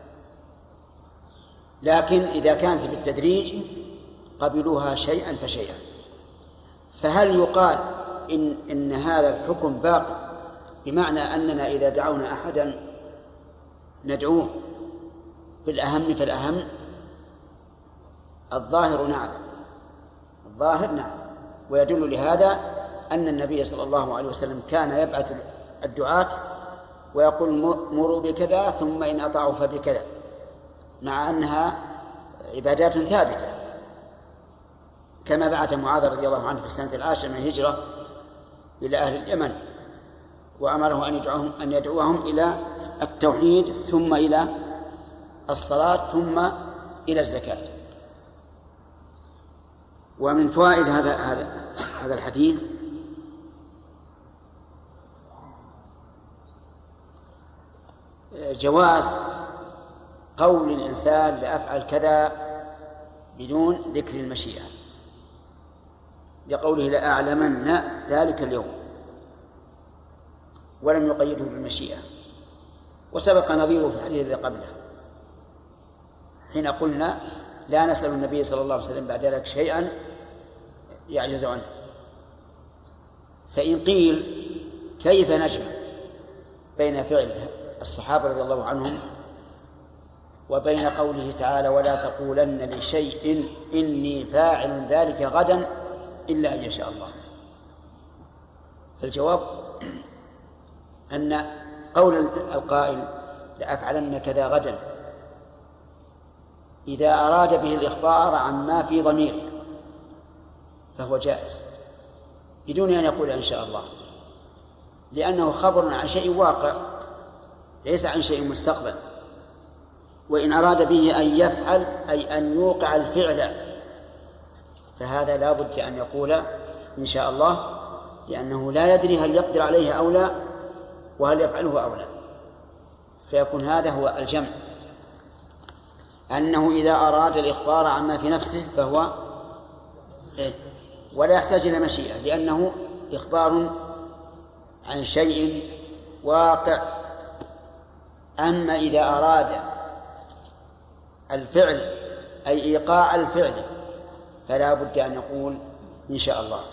Speaker 1: لكن إذا كانت بالتدريج قبلوها شيئا فشيئا. فهل يقال إن, إن هذا الحكم باقي بمعنى أننا إذا دعونا أحدا ندعوه بالأهم فالأهم؟ الظاهر نعم، الظاهر نعم. ويدل لهذا أن النبي صلى الله عليه وسلم كان يبعث الدعاة ويقول مروا بكذا ثم إن أطاعوا فبكذا، مع أنها عبادات ثابتة، كما بعث معاذ رضي الله عنه في السنة العاشرة من الهجرة إلى أهل اليمن وأمره أن يدعوهم, أن يدعوهم إلى التوحيد ثم إلى الصلاة ثم إلى الزكاة. ومن فوائد هذا هذا هذا الحديث جواز قول الإنسان لأفعل كذا بدون ذكر المشيئة، لقوله لأعلمن ذلك اليوم، ولم يقيده بالمشيئة. وسبق نظيره في الحديث الذي قبله حين قلنا لا نسأل النبي صلى الله عليه وسلم بعد ذلك شيئا يعجز عنه. فإن قيل كيف نجمع بين فعل الصحابة رضي الله عنهم وبين قوله تعالى ولا تقولن لشيء إني فاعل ذلك غدا إلا أن يشاء الله؟ الجواب أن قول القائل لأفعلن كذا غدا إذا أراد به الإخبار عما في ضمير فهو جائز بدون أن يقول إن شاء الله، لأنه خبر عن شيء واقع ليس عن شيء مستقبل. وإن أراد به أن يفعل أي أن يوقع الفعل فهذا لا بد أن يقول إن شاء الله، لأنه لا يدري هل يقدر عليه أو لا وهل يفعله أو لا. فيكون هذا هو الجمع، أنه إذا أراد الإخبار عما في نفسه فهو إيه؟ ولا يحتاج إلى مشيئة، لأنه إخبار عن شيء واقع. أما إذا أراد الفعل أي إيقاع الفعل فلا بد أن يقول إن شاء الله.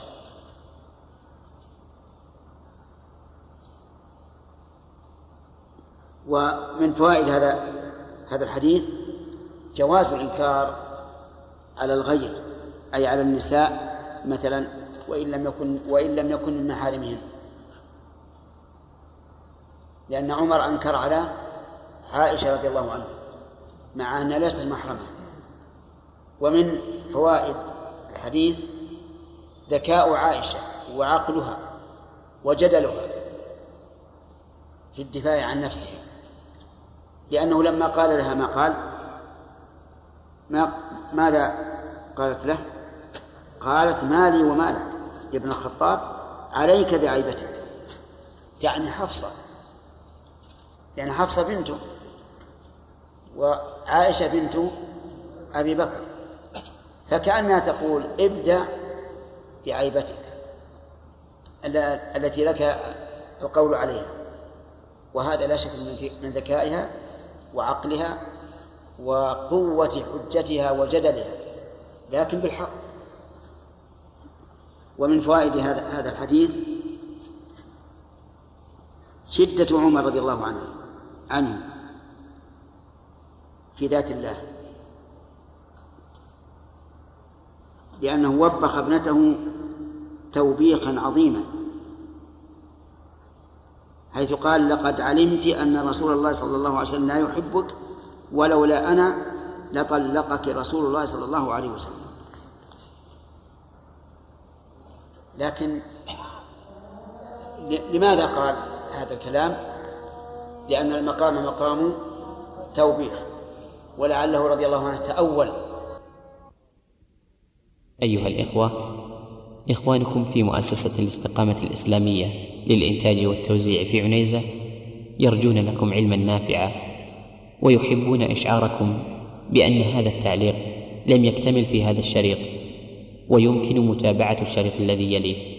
Speaker 1: ومن فوائد هذا هذا الحديث جواز الإنكار على الغير أي على النساء مثلا وإن لم يكن وإن لم يكن من محارمهن، لأن عمر أنكر على عائشة رضي الله عنها مع أنها ليست محرمة. ومن فوائد الحديث ذكاء عائشة وعقلها وجدلها في الدفاع عن نفسها، لأنه لما قال لها ما قال ما ماذا قالت له؟ قالت مالي ومالك يا ابن الخطاب عليك بعيبتك، يعني حفصة، يعني حفصة بنته وعائشة بنت أبي بكر، فكأنها تقول ابدأ بعيبتك التي لك القول عليها. وهذا لا شك من ذكائها وعقلها وقوة حجتها وجدلها، لكن بالحق. ومن فوائد هذا هذا الحديث شدة عمر رضي الله عنه عنه في ذات الله، لأنه وبخ ابنته توبيخا عظيما، حيث قال لقد علمت أن رسول الله صلى الله عليه وسلم لا يحبك ولولا أنا لطلقك رسول الله صلى الله عليه وسلم. لكن لماذا قال هذا الكلام؟ لأن المقام مقام توبيخ، ولعله رضي الله عنه تأول.
Speaker 7: أيها الإخوة، إخوانكم في مؤسسة الاستقامة الإسلامية للإنتاج والتوزيع في عنيزة يرجون لكم علما نافعا، ويحبون إشعاركم بأن هذا التعليق لم يكتمل في هذا الشريط، ويمكن متابعة الشريط الذي يليه.